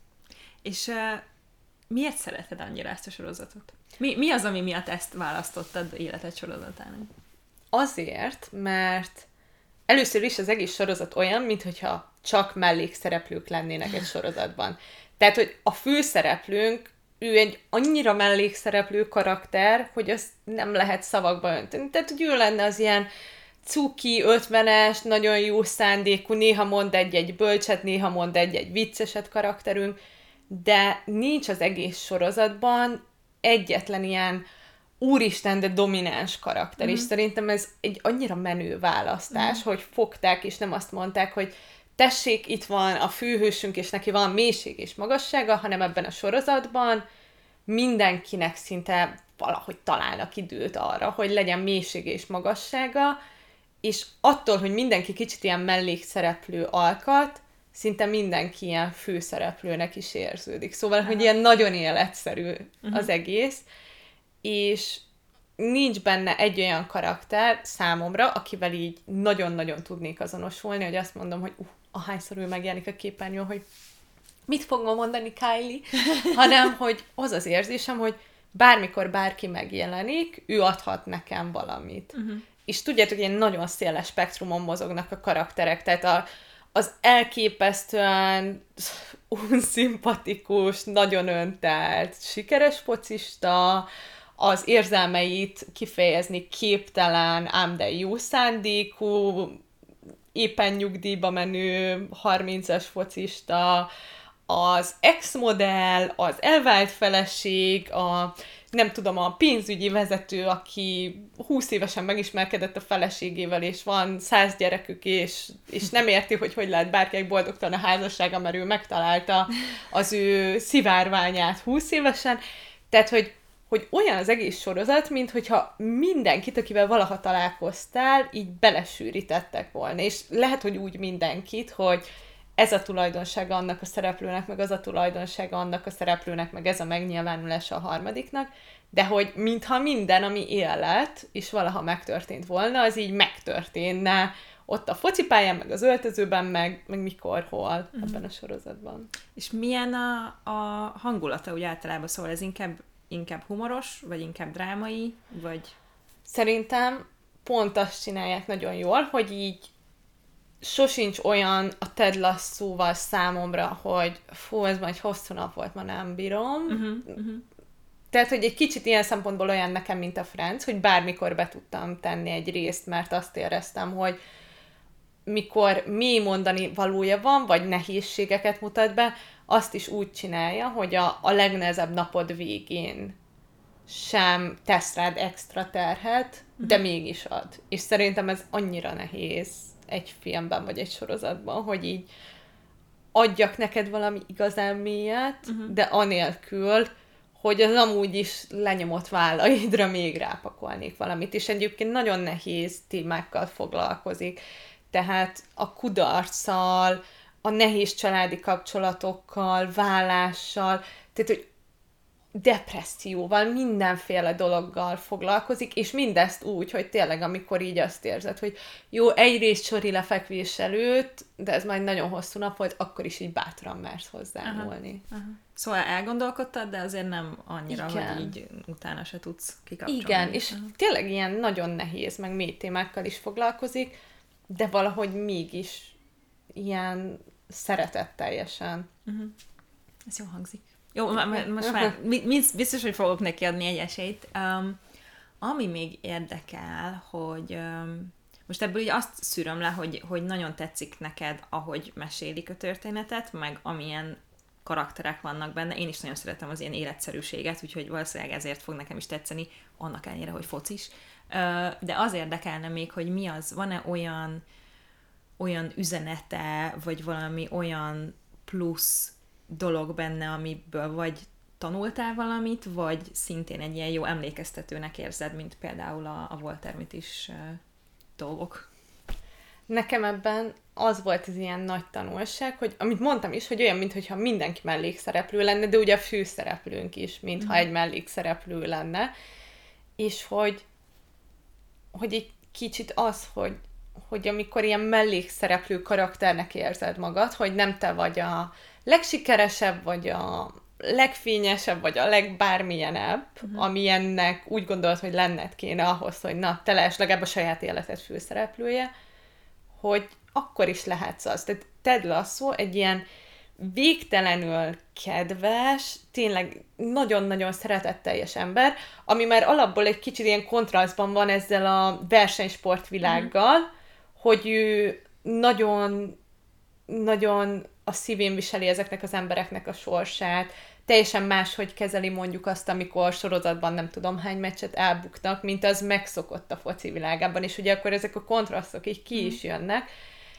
És uh, miért szereted annyira ezt a sorozatot? Mi, mi az, ami miatt ezt választottad életed sorozatának? Azért, mert először is az egész sorozat olyan, mintha csak mellékszereplők lennének egy sorozatban. Tehát, hogy a főszereplőnk, ő egy annyira mellékszereplő karakter, hogy azt nem lehet szavakba önteni. Tehát, hogy ő lenne az ilyen cuki, ötvenes, nagyon jó szándékú, néha mond egy-egy bölcset, néha mond egy-egy vicceset karakterünk, de nincs az egész sorozatban egyetlen ilyen úristen, de domináns karakter, mm-hmm. és szerintem ez egy annyira menő választás, mm-hmm. hogy fogták, és nem azt mondták, hogy tessék, itt van a főhősünk, és neki van mélység és magassága, hanem ebben a sorozatban mindenkinek szinte valahogy találnak időt arra, hogy legyen mélység és magassága, és attól, hogy mindenki kicsit ilyen mellékszereplő alkat, szinte mindenki ilyen főszereplőnek is érződik. Szóval, aha. hogy ilyen nagyon életszerű uh-huh. az egész, és nincs benne egy olyan karakter számomra, akivel így nagyon-nagyon tudnék azonosulni, hogy azt mondom, hogy uh, ahányszor ő megjelenik a képernyőn, hogy mit fog ma mondani Kylie, hanem, hogy az az érzésem, hogy bármikor bárki megjelenik, ő adhat nekem valamit. Uh-huh. És tudjátok, hogy ilyen nagyon széles spektrumon mozognak a karakterek, tehát a az elképesztően unszimpatikus, nagyon öntelt, sikeres focista, az érzelmeit kifejezni képtelen, ám de jó szándékú, éppen nyugdíjba menő harmincas focista, az ex-modell, az elvált feleség, a nem tudom, a pénzügyi vezető, aki húsz évesen megismerkedett a feleségével, és van száz gyerekük, és, és nem érti, hogy hogy lehet bárkinek boldogtalan a házassága, mert ő megtalálta az ő szivárványát húsz évesen. Tehát, hogy, hogy olyan az egész sorozat, mint hogyha mindenkit, akivel valaha találkoztál, így belesűrítettek volna. És lehet, hogy úgy mindenkit, hogy ez a tulajdonsága annak a szereplőnek, meg az a tulajdonsága annak a szereplőnek, meg ez a megnyilvánulása a harmadiknak, de hogy mintha minden, ami élet, és valaha megtörtént volna, az így megtörténne ott a focipályán, meg az öltözőben, meg, meg mikor, hol mm. ebben a sorozatban. És milyen a, a hangulata úgy általában? Szóval ez inkább, inkább humoros, vagy inkább drámai, vagy... Szerintem pont azt csinálják nagyon jól, hogy így sosincs olyan a Ted Lasso-val számomra, hogy fú, ez már egy hosszú nap volt, ma nem bírom. Uh-huh, uh-huh. Tehát, hogy egy kicsit ilyen szempontból olyan nekem, mint a Friends, hogy bármikor be tudtam tenni egy részt, mert azt éreztem, hogy mikor mély mondani valója van, vagy nehézségeket mutat be, azt is úgy csinálja, hogy a, a legnehezebb napod végén sem tesz rád extra terhet, uh-huh. de mégis ad. És szerintem ez annyira nehéz egy filmben, vagy egy sorozatban, hogy így adjak neked valami igazán mélyet, uh-huh. de anélkül, hogy az amúgy is lenyomott vállaidra még rápakolnék valamit. És egyébként nagyon nehéz témákkal foglalkozik. Tehát a kudarccal, a nehéz családi kapcsolatokkal, vállással, tehát, hogy depresszióval, mindenféle dologgal foglalkozik, és mindezt úgy, hogy tényleg, amikor így azt érzed, hogy jó, egyrészt sori lefekvés előtt, de ez majd nagyon hosszú nap volt, akkor is így bátran mersz hozzányúlni. Aha, aha. Szóval elgondolkodtad, de azért nem annyira, Igen. hogy így utána se tudsz kikapcsolni. Igen, és aha. tényleg ilyen nagyon nehéz, meg mély témákkal is foglalkozik, de valahogy mégis ilyen szeretetteljesen. Uh-huh. Ez jó hangzik. Jó, most már biztos, hogy fogok neki adni egy esélyt. Um, ami még érdekel, hogy um, most ebből így azt szűröm le, hogy, hogy nagyon tetszik neked, ahogy mesélik a történetet, meg amilyen karakterek vannak benne. Én is nagyon szeretem az ilyen életszerűséget, úgyhogy valószínűleg ezért fog nekem is tetszeni, annak ellenére, hogy focis. Uh, de az érdekelne még, hogy mi az, van-e olyan, olyan üzenete, vagy valami olyan plusz dolog benne, amiből vagy tanultál valamit, vagy szintén egy ilyen jó emlékeztetőnek érzed, mint például a, a Walter Mitty is uh, dolgok. Nekem ebben az volt az ilyen nagy tanulság, hogy amit mondtam is, hogy olyan, mintha mindenki mellékszereplő lenne, de ugye a főszereplőnk is, mintha mm. egy mellékszereplő lenne, és hogy, hogy egy kicsit az, hogy, hogy amikor ilyen mellékszereplő karakternek érzed magad, hogy nem te vagy a legsikeresebb, vagy a legfényesebb, vagy a legbármilyenebb, uh-huh. amilyennek úgy gondolod, hogy lenned kéne ahhoz, hogy na, te lehess legalább a saját életed főszereplője, hogy akkor is lehetsz az. Tehát Ted Lasso egy ilyen végtelenül kedves, tényleg nagyon-nagyon szeretetteljes ember, ami már alapból egy kicsit ilyen kontrasztban van ezzel a versenysportvilággal, uh-huh. hogy ő nagyon, nagyon a szívén viseli ezeknek az embereknek a sorsát, teljesen máshogy kezeli mondjuk azt, amikor sorozatban nem tudom hány meccset elbuknak, mint az megszokott a foci világában, és ugye akkor ezek a kontrasztok így ki is jönnek,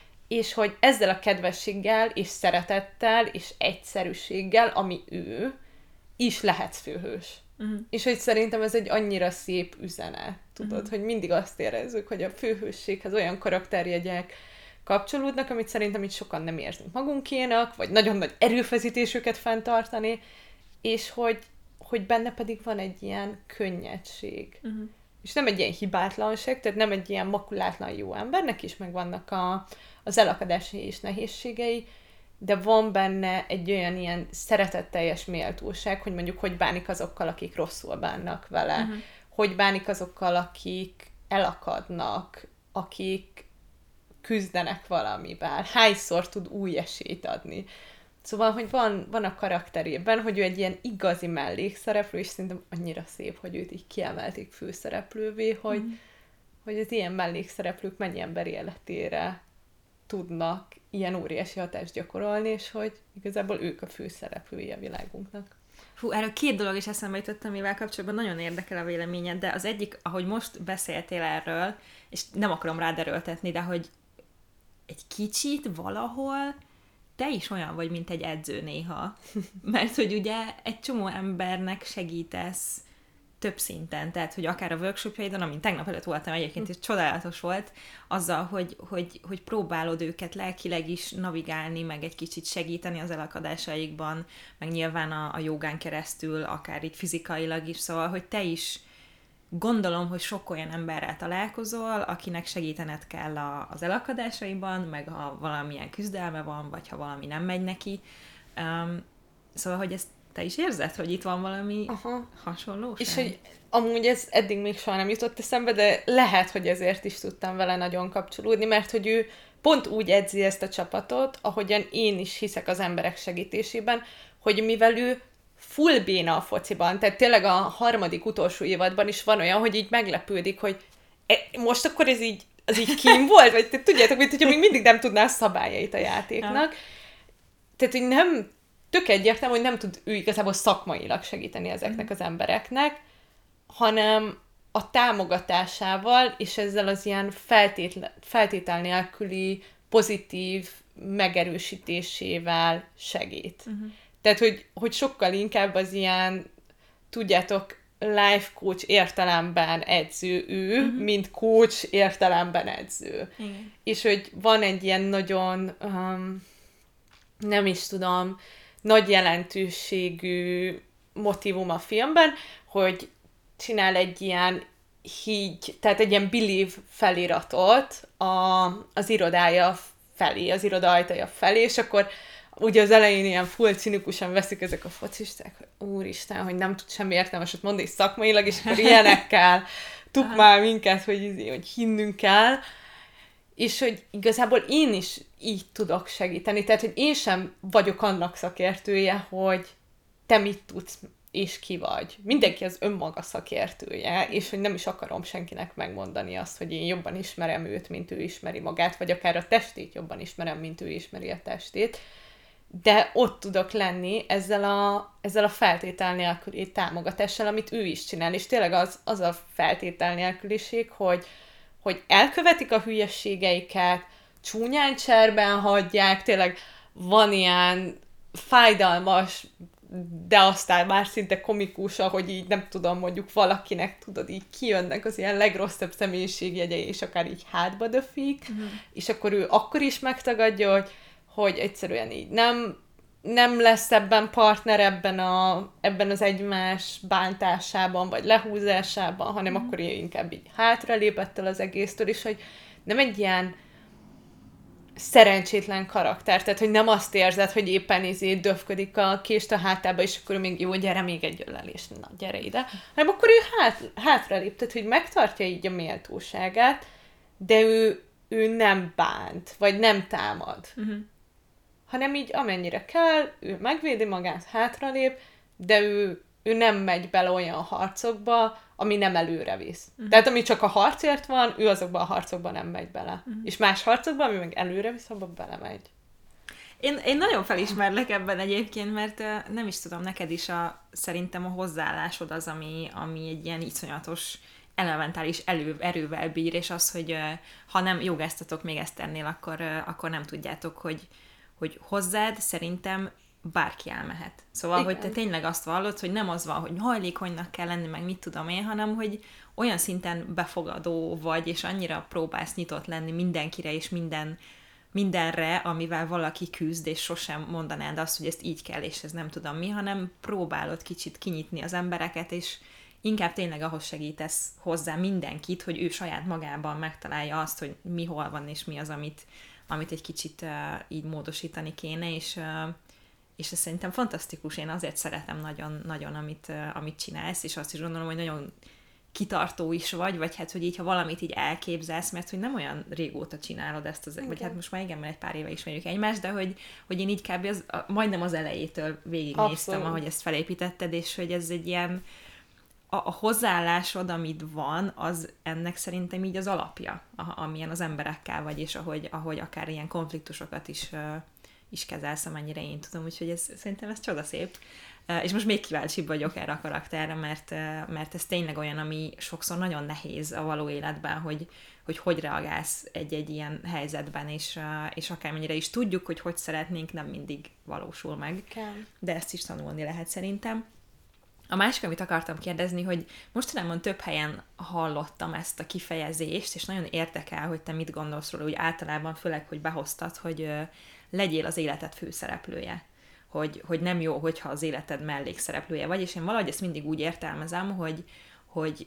és hogy ezzel a kedvességgel, és szeretettel, és egyszerűséggel, ami ő, is lehetsz főhős. Uh-huh. És hogy szerintem ez egy annyira szép üzenet, tudod, uh-huh. hogy mindig azt érezzük, hogy a főhősséghez olyan karakterjegyek kapcsolódnak, amit szerintem így sokan nem érzünk magunkénak, vagy nagyon nagy erőfeszítésüket fenntartani, és hogy, hogy benne pedig van egy ilyen könnyedség. Uh-huh. És nem egy ilyen hibátlanság, tehát nem egy ilyen makulátlan jó embernek is, meg vannak a, az elakadásai és nehézségei, de van benne egy olyan ilyen szeretetteljes méltóság, hogy mondjuk hogy bánik azokkal, akik rosszul bánnak vele, uh-huh. hogy bánik azokkal, akik elakadnak, akik küzdenek valamivel, hányszor tud új esélyt adni. Szóval, hogy van, van a karakterében, hogy ő egy ilyen igazi mellékszereplő, és szerintem annyira szép, hogy őt így kiemelték főszereplővé, hogy, mm. hogy az ilyen mellékszereplők mennyi ember életére tudnak ilyen óriási hatást gyakorolni, és hogy igazából ők a főszereplői a világunknak. Hú, erről két dolog is eszembe jutott, amivel kapcsolatban nagyon érdekel a véleményed, de az egyik, ahogy most beszéltél erről, és nem akarom rád erőltetni, de hogy egy kicsit valahol te is olyan vagy, mint egy edző néha. Mert hogy ugye egy csomó embernek segítesz több szinten, tehát hogy akár a workshopjaidon, amin tegnap előtt voltam egyébként, és csodálatos volt, azzal, hogy, hogy, hogy próbálod őket lelkileg is navigálni, meg egy kicsit segíteni az elakadásaikban, meg nyilván a, a jogán keresztül, akár így fizikailag is, szóval, hogy te is gondolom, hogy sok olyan emberrel találkozol, akinek segítened kell a, az elakadásaiban, meg ha valamilyen küzdelme van, vagy ha valami nem megy neki. Um, szóval, hogy ezt te is érzed, hogy itt van valami Aha. hasonlóság? És hogy amúgy ez eddig még soha nem jutott eszembe, de lehet, hogy ezért is tudtam vele nagyon kapcsolódni, mert hogy ő pont úgy edzi ezt a csapatot, ahogyan én is hiszek az emberek segítésében, hogy mivel ő full béna a fociban, tehát tényleg a harmadik utolsó évadban is van olyan, hogy így meglepődik, hogy e, most akkor ez így, az így kín volt? Vagy te, tudjátok, mint hogyha még mindig nem tudná a szabályait a játéknak. Tehát, hogy nem, tök egyértelmű, hogy nem tud ő igazából szakmailag segíteni ezeknek az embereknek, hanem a támogatásával, és ezzel az ilyen feltétel, feltétel nélküli pozitív megerősítésével segít. Uh-huh. Tehát, hogy, hogy sokkal inkább az ilyen, tudjátok, life coach értelemben edző ő, uh-huh. mint coach értelemben edző. Igen. És hogy van egy ilyen nagyon um, nem is tudom, nagy jelentőségű motívum a filmben, hogy csinál egy ilyen hígy, tehát egy ilyen believe feliratot a, az irodája felé, az iroda ajtaja felé, és akkor ugye az elején ilyen full cinikusan veszik ezek a focisták, hogy úristen, hogy nem tud semmi értelmeset mondani szakmailag, és akkor ilyenekkel tuk már minket, hogy, hogy hinnünk kell, és hogy igazából én is így tudok segíteni, tehát hogy én sem vagyok annak szakértője, hogy te mit tudsz, és ki vagy. Mindenki az önmaga szakértője, és hogy nem is akarom senkinek megmondani azt, hogy én jobban ismerem őt, mint ő ismeri magát, vagy akár a testét jobban ismerem, mint ő ismeri a testét. De ott tudok lenni ezzel a, ezzel a feltétel nélküli támogatással, amit ő is csinál. És tényleg az, az a feltétel nélküliség, hogy, hogy elkövetik a hülyességeiket, csúnyán cserben hagyják, tényleg van ilyen fájdalmas, de aztán már szinte komikus, ahogy így nem tudom, mondjuk valakinek, tudod, így kijönnek az ilyen legrosszabb személyiségjegyei, és akár így hátba döfik, uh-huh. és akkor ő akkor is megtagadja, hogy, hogy egyszerűen így nem, nem lesz ebben partner ebben, a, ebben az egymás bántásában, vagy lehúzásában, hanem uh-huh. akkor inkább így hátralépett el az egésztől, és hogy nem egy ilyen szerencsétlen karakter, tehát hogy nem azt érzed, hogy éppen izé döfködik a kést a hátába, és akkor még jó, gyere, még egy ölelés, na, gyere ide, hanem akkor ő hát, hátralép, tehát hogy megtartja így a méltóságát, de ő, ő nem bánt, vagy nem támad, uh-huh. hanem így amennyire kell, ő megvédi magát, hátralép, de ő, ő nem megy bele olyan harcokba, ami nem előre visz. Uh-huh. Tehát ami csak a harcért van, ő azokban a harcokban nem megy bele. Uh-huh. És más harcokban, ami meg előre visz, abban belemegy. Én, én nagyon felismerlek ebben egyébként, mert uh, nem is tudom, neked is a, szerintem a hozzáállásod az, ami, ami egy ilyen iszonyatos elementális elő, erővel bír, és az, hogy uh, ha nem jogáztatok még Eszternél, akkor, uh, akkor nem tudjátok, hogy, hogy hozzád szerintem bárki elmehet. Szóval, igen. hogy te tényleg azt vallod, hogy nem az van, hogy hajlékonynak kell lenni, meg mit tudom én, hanem, hogy olyan szinten befogadó vagy, és annyira próbálsz nyitott lenni mindenkire, és minden, mindenre, amivel valaki küzd, és sosem mondanád azt, hogy ezt így kell, és ez nem tudom mi, hanem próbálod kicsit kinyitni az embereket, és inkább tényleg ahhoz segítesz hozzá mindenkit, hogy ő saját magában megtalálja azt, hogy mi hol van, és mi az, amit, amit egy kicsit uh, így módosítani kéne, és uh, és ez szerintem fantasztikus, én azért szeretem nagyon, nagyon amit, uh, amit csinálsz, és azt is gondolom, hogy nagyon kitartó is vagy, vagy hát, hogy így, ha valamit így elképzelsz, mert hogy nem olyan régóta csinálod ezt, az, vagy hát most már igen, mert egy pár éve ismerjük egymást, de hogy, hogy én így kb. Az, a, majdnem az elejétől végignéztem, abszolút. Ahogy ezt felépítetted, és hogy ez egy ilyen, a, a hozzáállásod, amit van, az ennek szerintem így az alapja, a, amilyen az emberekkel vagy, és ahogy, ahogy akár ilyen konfliktusokat is uh, is kezelsz, amennyire én tudom, úgyhogy ez, szerintem ez csodaszép. Uh, és most még kíváncsibb vagyok erre a karakterre, mert, uh, mert ez tényleg olyan, ami sokszor nagyon nehéz a való életben, hogy hogy, hogy reagálsz egy-egy ilyen helyzetben, és, uh, és akármennyire is tudjuk, hogy hogy szeretnénk, nem mindig valósul meg. Kell. De ezt is tanulni lehet szerintem. A másik, amit akartam kérdezni, hogy mostanában több helyen hallottam ezt a kifejezést, és nagyon érdekel, hogy te mit gondolsz róla, úgy általában, főleg, hogy behoztad, hogy uh, legyél az életed főszereplője. Hogy, hogy nem jó, hogyha az életed mellékszereplője vagy, és én valahogy ezt mindig úgy értelmezem, hogy, hogy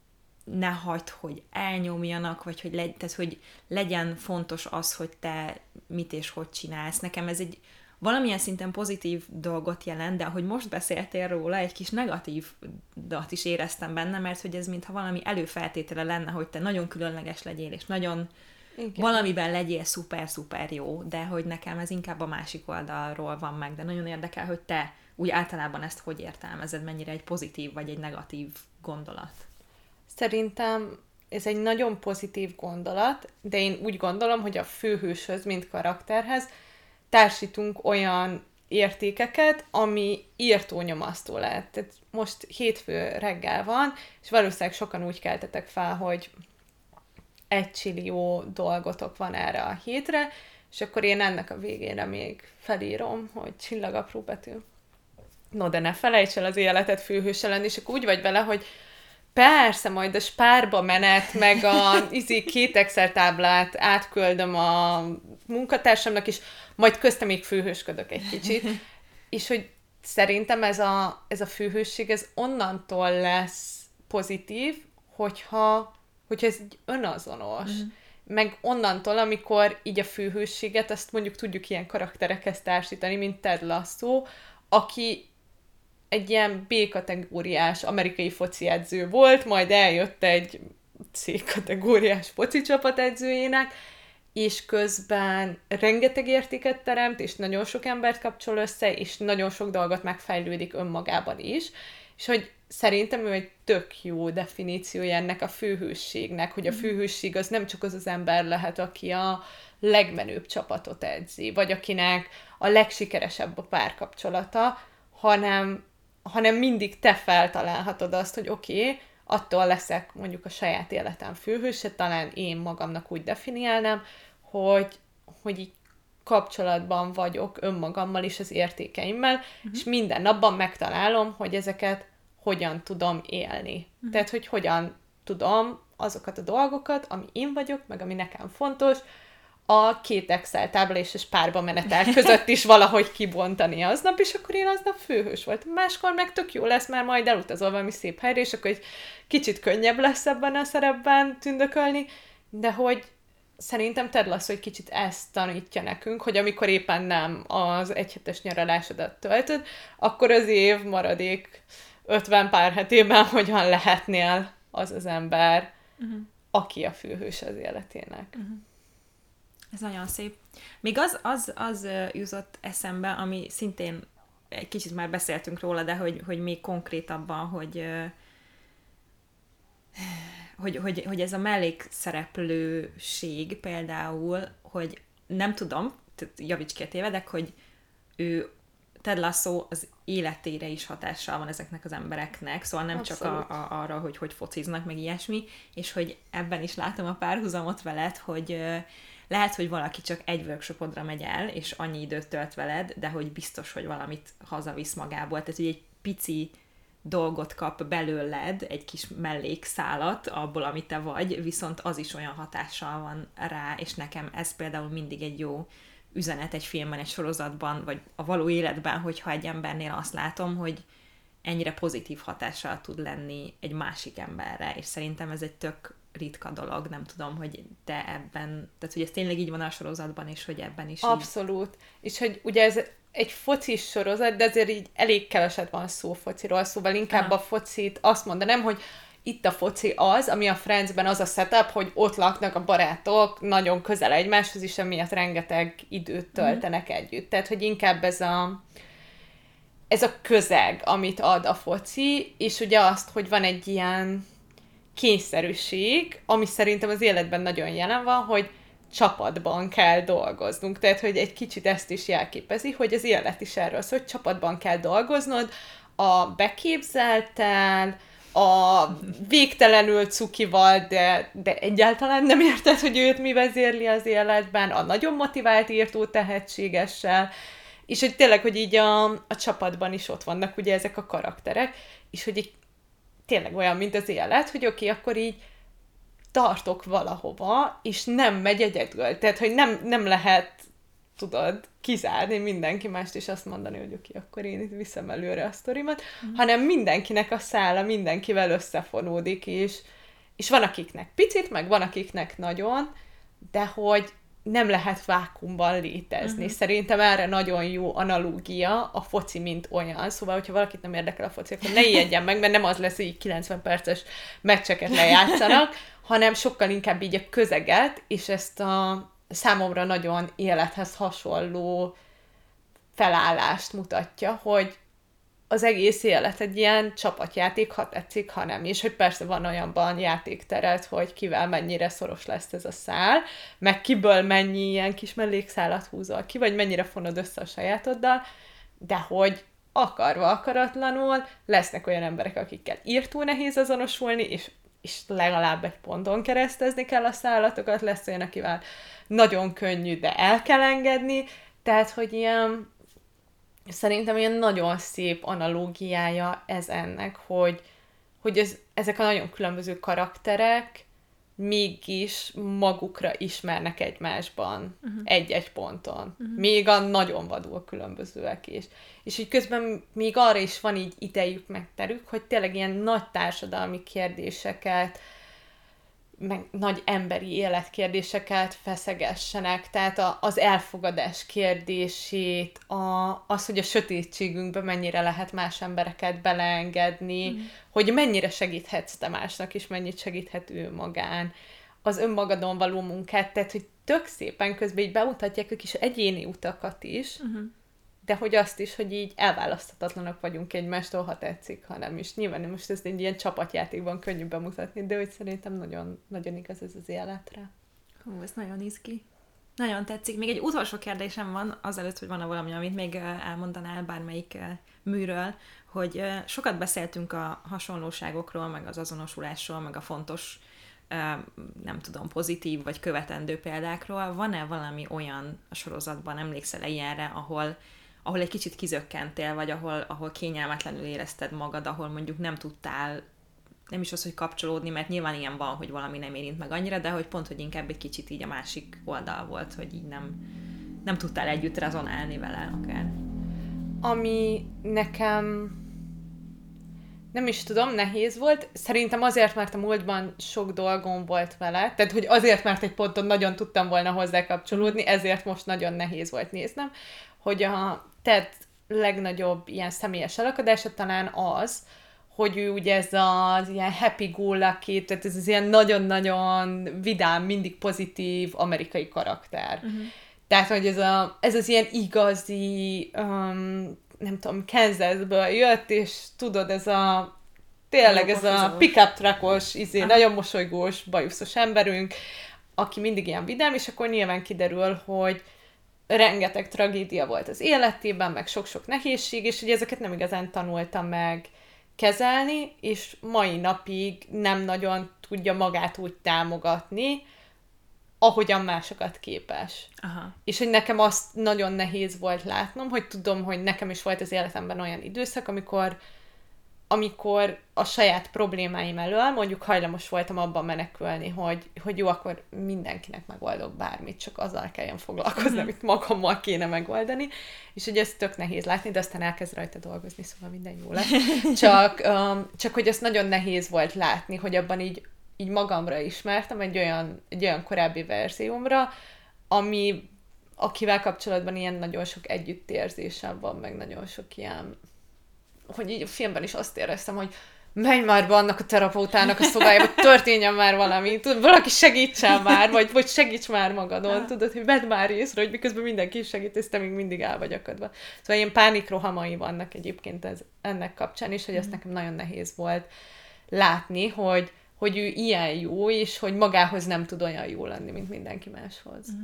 ne hagyd, hogy elnyomjanak, vagy hogy, legy, tehát, hogy legyen fontos az, hogy te mit és hogy csinálsz. Nekem ez egy valamilyen szinten pozitív dolgot jelent, de ahogy most beszéltél róla, egy kis negatívat is éreztem benne, mert hogy ez mintha valami előfeltétele lenne, hogy te nagyon különleges legyél, és nagyon igen. valamiben legyél szuper-szuper jó, de hogy nekem ez inkább a másik oldalról van meg, de nagyon érdekel, hogy te úgy általában ezt hogy értelmezed, mennyire egy pozitív vagy egy negatív gondolat. Szerintem ez egy nagyon pozitív gondolat, de én úgy gondolom, hogy a főhőshöz, mint karakterhez társítunk olyan értékeket, ami írtónyomasztó lehet. Tehát most hétfő reggel van, és valószínűleg sokan úgy keltetek fel, hogy egy csillió dolgotok van erre a hétre, és akkor én ennek a végére még felírom, hogy csillagapró betű. No, de ne felejts el az életed főhőse lenni, és akkor úgy vagy vele, hogy persze, majd a spárba menet, meg a izi két Excel táblát átküldöm a munkatársamnak, és majd köztem még főhősködök egy kicsit. És hogy szerintem ez a, ez a főhősség, ez onnantól lesz pozitív, hogyha, hogyha ez így önazonos. Mm. Meg onnantól, amikor így a főhősséget, azt mondjuk tudjuk ilyen karakterekhez társítani, mint Ted Lasso, aki egy ilyen B-kategóriás amerikai foci edző volt, majd eljött egy C-kategóriás foci csapat edzőjének, és közben rengeteg értéket teremt, és nagyon sok embert kapcsol össze, és nagyon sok dolgot megfejlődik önmagában is, és hogy szerintem ő egy tök jó definíciója ennek a főhősségnek, hogy a főhősség az nem csak az az ember lehet, aki a legmenőbb csapatot edzi, vagy akinek a legsikeresebb a párkapcsolata, hanem, hanem mindig te feltalálhatod azt, hogy oké, okay, attól leszek mondjuk a saját életem főhőse, talán én magamnak úgy definiálnám, hogy, hogy így kapcsolatban vagyok önmagammal és az értékeimmel, uh-huh. és minden napban megtalálom, hogy ezeket hogyan tudom élni. Uh-huh. Tehát, hogy hogyan tudom azokat a dolgokat, ami én vagyok, meg ami nekem fontos, a két Excel tábla és a spárba menetel között is valahogy kibontani aznap, és akkor én aznap főhős voltam. Máskor meg tök jó lesz, mert majd elutazol valami szép helyre, és akkor egy kicsit könnyebb lesz ebben a szerepben tündökölni, de hogy szerintem Ted Lasso egy kicsit ezt tanítja nekünk, hogy amikor éppen nem az egyhetes nyaralásodat töltöd, akkor az év maradék ötven pár hetében hogyan lehetnél az az ember, uh-huh. aki a főhős az életének. Uh-huh. Ez nagyon szép. Még az, az, az jutott eszembe, ami szintén egy kicsit már beszéltünk róla, de hogy, hogy még konkrétabban, hogy, hogy, hogy, hogy ez a mellékszereplőség például, hogy nem tudom, javíts ki a tévedek, hogy ő Ted Lasso az életére is hatással van ezeknek az embereknek, szóval nem Abszolút. csak a, a, arra, hogy hogy fociznak, meg ilyesmi, és hogy ebben is látom a párhuzamot veled, hogy lehet, hogy valaki csak egy workshopodra megy el, és annyi időt tölt veled, de hogy biztos, hogy valamit hazavisz magából. Tehát, hogy egy pici dolgot kap belőled, egy kis mellékszálat abból, amit te vagy, viszont az is olyan hatással van rá, és nekem ez például mindig egy jó üzenet egy filmben, egy sorozatban, vagy a való életben, hogyha egy embernél azt látom, hogy ennyire pozitív hatással tud lenni egy másik emberre, és szerintem ez egy tök ritka dolog, nem tudom, hogy te ebben, tehát hogy ez tényleg így van a sorozatban, és hogy ebben is Abszolút. Így... És hogy ugye ez egy focis sorozat, de azért így elég keveset van szó fociról, szóval inkább ah. a focit azt mondanám, hogy itt a foci az, ami a Friendsben az a setup, hogy ott laknak a barátok nagyon közel egymáshoz, és emiatt rengeteg időt töltenek mm. együtt. Tehát, hogy inkább ez a ez a közeg, amit ad a foci, és ugye azt, hogy van egy ilyen kényszerűség, ami szerintem az életben nagyon jelen van, hogy csapatban kell dolgoznunk. Tehát, hogy egy kicsit ezt is jelképezi, hogy az élet is erről szól, hogy csapatban kell dolgoznod, a beképzeltel, a végtelenül cukival, de, de egyáltalán nem érted, hogy őt mi vezérli az életben, a nagyon motivált írtó tehetségessel, és hogy tényleg, hogy így a, a csapatban is ott vannak ugye ezek a karakterek, és hogy így tényleg olyan, mint az élet, hogy oké, okay, akkor így tartok valahova, és nem megy egyedül. Tehát, hogy nem, nem lehet, tudod, kizárni mindenki mást, és azt mondani, hogy oké, okay, akkor én itt viszem előre a sztorimat, mm. hanem mindenkinek a szála mindenkivel összefonódik, és, és van akiknek picit, meg van akiknek nagyon, de hogy nem lehet vákuumban létezni. Uh-huh. Szerintem erre nagyon jó analógia a foci, mint olyan. Szóval, hogyha valakit nem érdekel a foci, akkor ne ijedjen meg, mert nem az lesz, hogy így kilencven perces meccseket lejátszanak, hanem sokkal inkább így a közeget, és ezt a számomra nagyon élethez hasonló felállást mutatja, hogy az egész élet egy ilyen csapatjáték, ha tetszik, ha nem. És hogy persze van olyanban játékteret, hogy kivel mennyire szoros lesz ez a szál, meg kiből mennyi ilyen kis mellékszálat húzol ki, vagy mennyire fonod össze a sajátoddal, de hogy akarva, akaratlanul lesznek olyan emberek, akikkel írtó nehéz azonosulni, és, és legalább egy ponton keresztezni kell a szálatokat, lesz olyan, akivel nagyon könnyű, de el kell engedni, tehát, hogy ilyen szerintem ilyen nagyon szép analógiája ez ennek, hogy, hogy ez, ezek a nagyon különböző karakterek mégis magukra ismernek egymásban uh-huh. egy-egy ponton. Uh-huh. Még a nagyon vadul különbözőek is. És így közben még arra is van így idejük meg terük, hogy tényleg ilyen nagy társadalmi kérdéseket, meg nagy emberi életkérdéseket feszegessenek, tehát a, az elfogadás kérdését, a, az, hogy a sötétségünkbe mennyire lehet más embereket beleengedni, mm. hogy mennyire segíthetsz te másnak, és mennyit segíthet ő magán, az önmagadon való munkát, tehát, hogy tök szépen közben így bemutatják a kis egyéni utakat is, uh-huh. de hogy azt is, hogy így elválaszthatatlanok vagyunk egymástól, ha tetszik, ha nem is. Nyilván most ezt egy ilyen csapatjátékban könnyű bemutatni, de hogy szerintem nagyon, nagyon igaz ez az életre. Hú, ez nagyon izgi. Nagyon tetszik. Még egy utolsó kérdésem van, azelőtt, hogy van-e valami, amit még elmondanál bármelyik műről, hogy sokat beszéltünk a hasonlóságokról, meg az azonosulásról, meg a fontos, nem tudom, pozitív vagy követendő példákról. Van-e valami olyan a sorozatban, emlékszel-e ilyenre, ahol ahol egy kicsit kizökkentél, vagy ahol, ahol kényelmetlenül érezted magad, ahol mondjuk nem tudtál, nem is az, hogy kapcsolódni, mert nyilván ilyen van, hogy valami nem érint meg annyira, de hogy pont, hogy inkább egy kicsit így a másik oldal volt, hogy így nem, nem tudtál együtt rezonálni vele akár. Ami nekem nem is tudom, nehéz volt. Szerintem azért, mert a múltban sok dolgom volt vele, tehát hogy azért, mert egy ponton nagyon tudtam volna hozzá kapcsolódni, ezért most nagyon nehéz volt néznem, hogy a Ted legnagyobb ilyen személyes elakadása talán az, hogy ő ugye ez az ilyen happy-go-lucky, tehát ez az ilyen nagyon-nagyon vidám, mindig pozitív amerikai karakter. Uh-huh. Tehát, hogy ez, a, ez az ilyen igazi, um, nem tudom, Kansasből jött, és tudod, ez a tényleg ez a pick-up truckos, izé, nagyon mosolygós, bajuszos emberünk, aki mindig ilyen vidám, és akkor nyilván kiderül, hogy rengeteg tragédia volt az életében, meg sok-sok nehézség, és hogy ezeket nem igazán tanulta meg kezelni, és mai napig nem nagyon tudja magát úgy támogatni, ahogyan másokat képes. Aha. És hogy nekem azt nagyon nehéz volt látnom, hogy tudom, hogy nekem is volt az életemben olyan időszak, amikor amikor a saját problémáim elől mondjuk hajlamos voltam abban menekülni, hogy, hogy jó, akkor mindenkinek megoldok bármit, csak azzal kelljen foglalkozni, uh-huh. amit magammal kéne megoldani, és hogy ez tök nehéz látni, de aztán elkezd rajta dolgozni, szóval minden jó lesz. Csak, um, csak hogy ezt nagyon nehéz volt látni, hogy abban így, így magamra ismertem egy olyan, egy olyan korábbi verziómra, ami, akivel kapcsolatban ilyen nagyon sok együttérzésem van, meg nagyon sok ilyen, hogy így a filmben is azt éreztem, hogy menj már be annak a terapeutának a szobájába, történjen már valami, tudod, valaki segítsen már, vagy, vagy segíts már magadon, tudod, hogy vedd már észre, hogy miközben mindenki segít, és te még mindig el vagy akadva. Szóval ilyen pánikrohamai vannak egyébként ez, ennek kapcsán is, hogy ezt nekem nagyon nehéz volt látni, hogy, hogy ő ilyen jó, és hogy magához nem tud olyan jó lenni, mint mindenki máshoz. Uh-huh.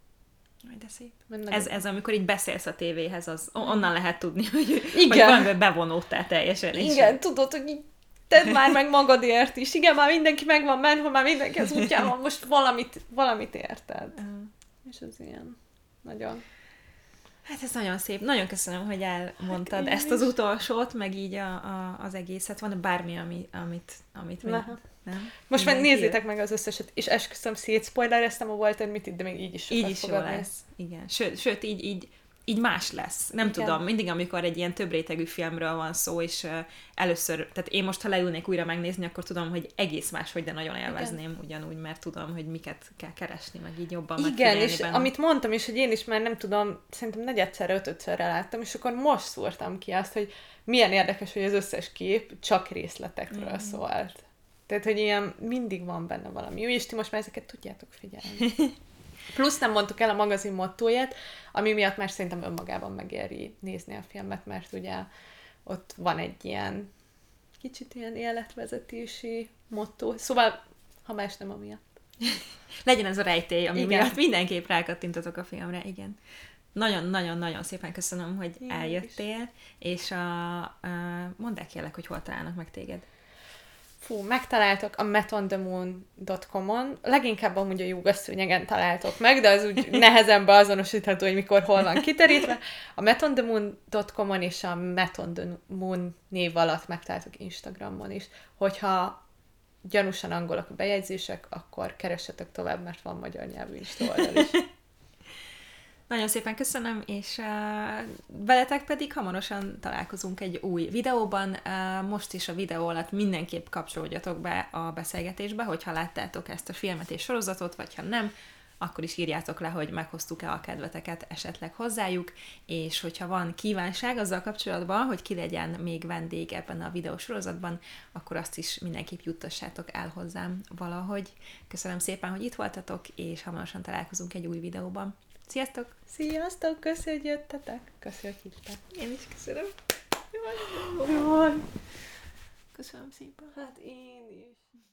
De szép. Ez, ez amikor így beszélsz a tévéhez, az onnan lehet tudni, hogy, hogy valamiben bevonódtál teljesen. Igen, is. Tudod, hogy így tedd már meg magadért is. Igen, már mindenki meg van menve, már mindenki az útján van, most valamit, valamit érted. Uh. És az ilyen nagyon... Hát ez nagyon szép. Nagyon köszönöm, hogy elmondtad hát ezt az utolsót, meg így a, a, az egészet. Van bármi, ami, amit, amit még... Nem? Most már nézzétek meg az összeset, és esküszöm, szétszpoilereztem a Walter Mitty, de még így is sokat így is jó lesz. Igen. Sőt, sőt így, így, így más lesz. Nem igen. tudom, mindig, amikor egy ilyen több rétegű filmről van szó, és uh, először, tehát én most, ha leülnék újra megnézni, akkor tudom, hogy egész máshogy, de nagyon élvezném igen. ugyanúgy, mert tudom, hogy miket kell keresni, meg így jobban igen, és benne. Amit mondtam is, hogy én is már nem tudom, szerintem negyedszer, ötödszörre láttam, és akkor most szúrtam ki azt, hogy milyen érdekes, hogy az összes kép csak részletekről mm. szólt. Tehát, hogy ilyen mindig van benne valami jó, és ti most már ezeket tudjátok figyelni. Plusz nem mondtuk el a magazin mottóját, ami miatt már szerintem önmagában megéri nézni a filmet, mert ugye ott van egy ilyen kicsit ilyen életvezetési motto. Szóval, ha más nem amiatt. Legyen ez a rejtély, ami igen. miatt mindenképp rákattintatok a filmre, igen. Nagyon-nagyon-nagyon szépen köszönöm, hogy én eljöttél, is. És a, a, mondd el kérlek, hogy hol találnak meg téged. Fú, megtaláltok a metonthemoon dot com-on, leginkább amúgy a júgaszőnyegen találtok meg, de az úgy nehezen beazonosítható, hogy mikor, hol van kiterítve. A metonthemoon dot com-on és a metonthemoon név alatt megtaláltok Instagramon is. Hogyha gyanúsan angolok a bejegyzések, akkor keressetek tovább, mert van magyar nyelvű Insta oldal is. Nagyon szépen köszönöm, és uh, veletek pedig hamarosan találkozunk egy új videóban. Uh, most is a videó alatt mindenképp kapcsolódjatok be a beszélgetésbe, hogyha láttátok ezt a filmet és sorozatot, vagy ha nem, akkor is írjátok le, hogy meghoztuk-e a kedveteket esetleg hozzájuk, és hogyha van kívánság azzal kapcsolatban, hogy ki legyen még vendég ebben a videósorozatban, akkor azt is mindenképp juttassátok el hozzám valahogy. Köszönöm szépen, hogy itt voltatok, és hamarosan találkozunk egy új videóban. Sziasztok! Sziasztok! Köszi, hogy jöttetek! Köszi, hogy hívták. Én is köszönöm. Jaj! Köszönöm szépen. Hát én is.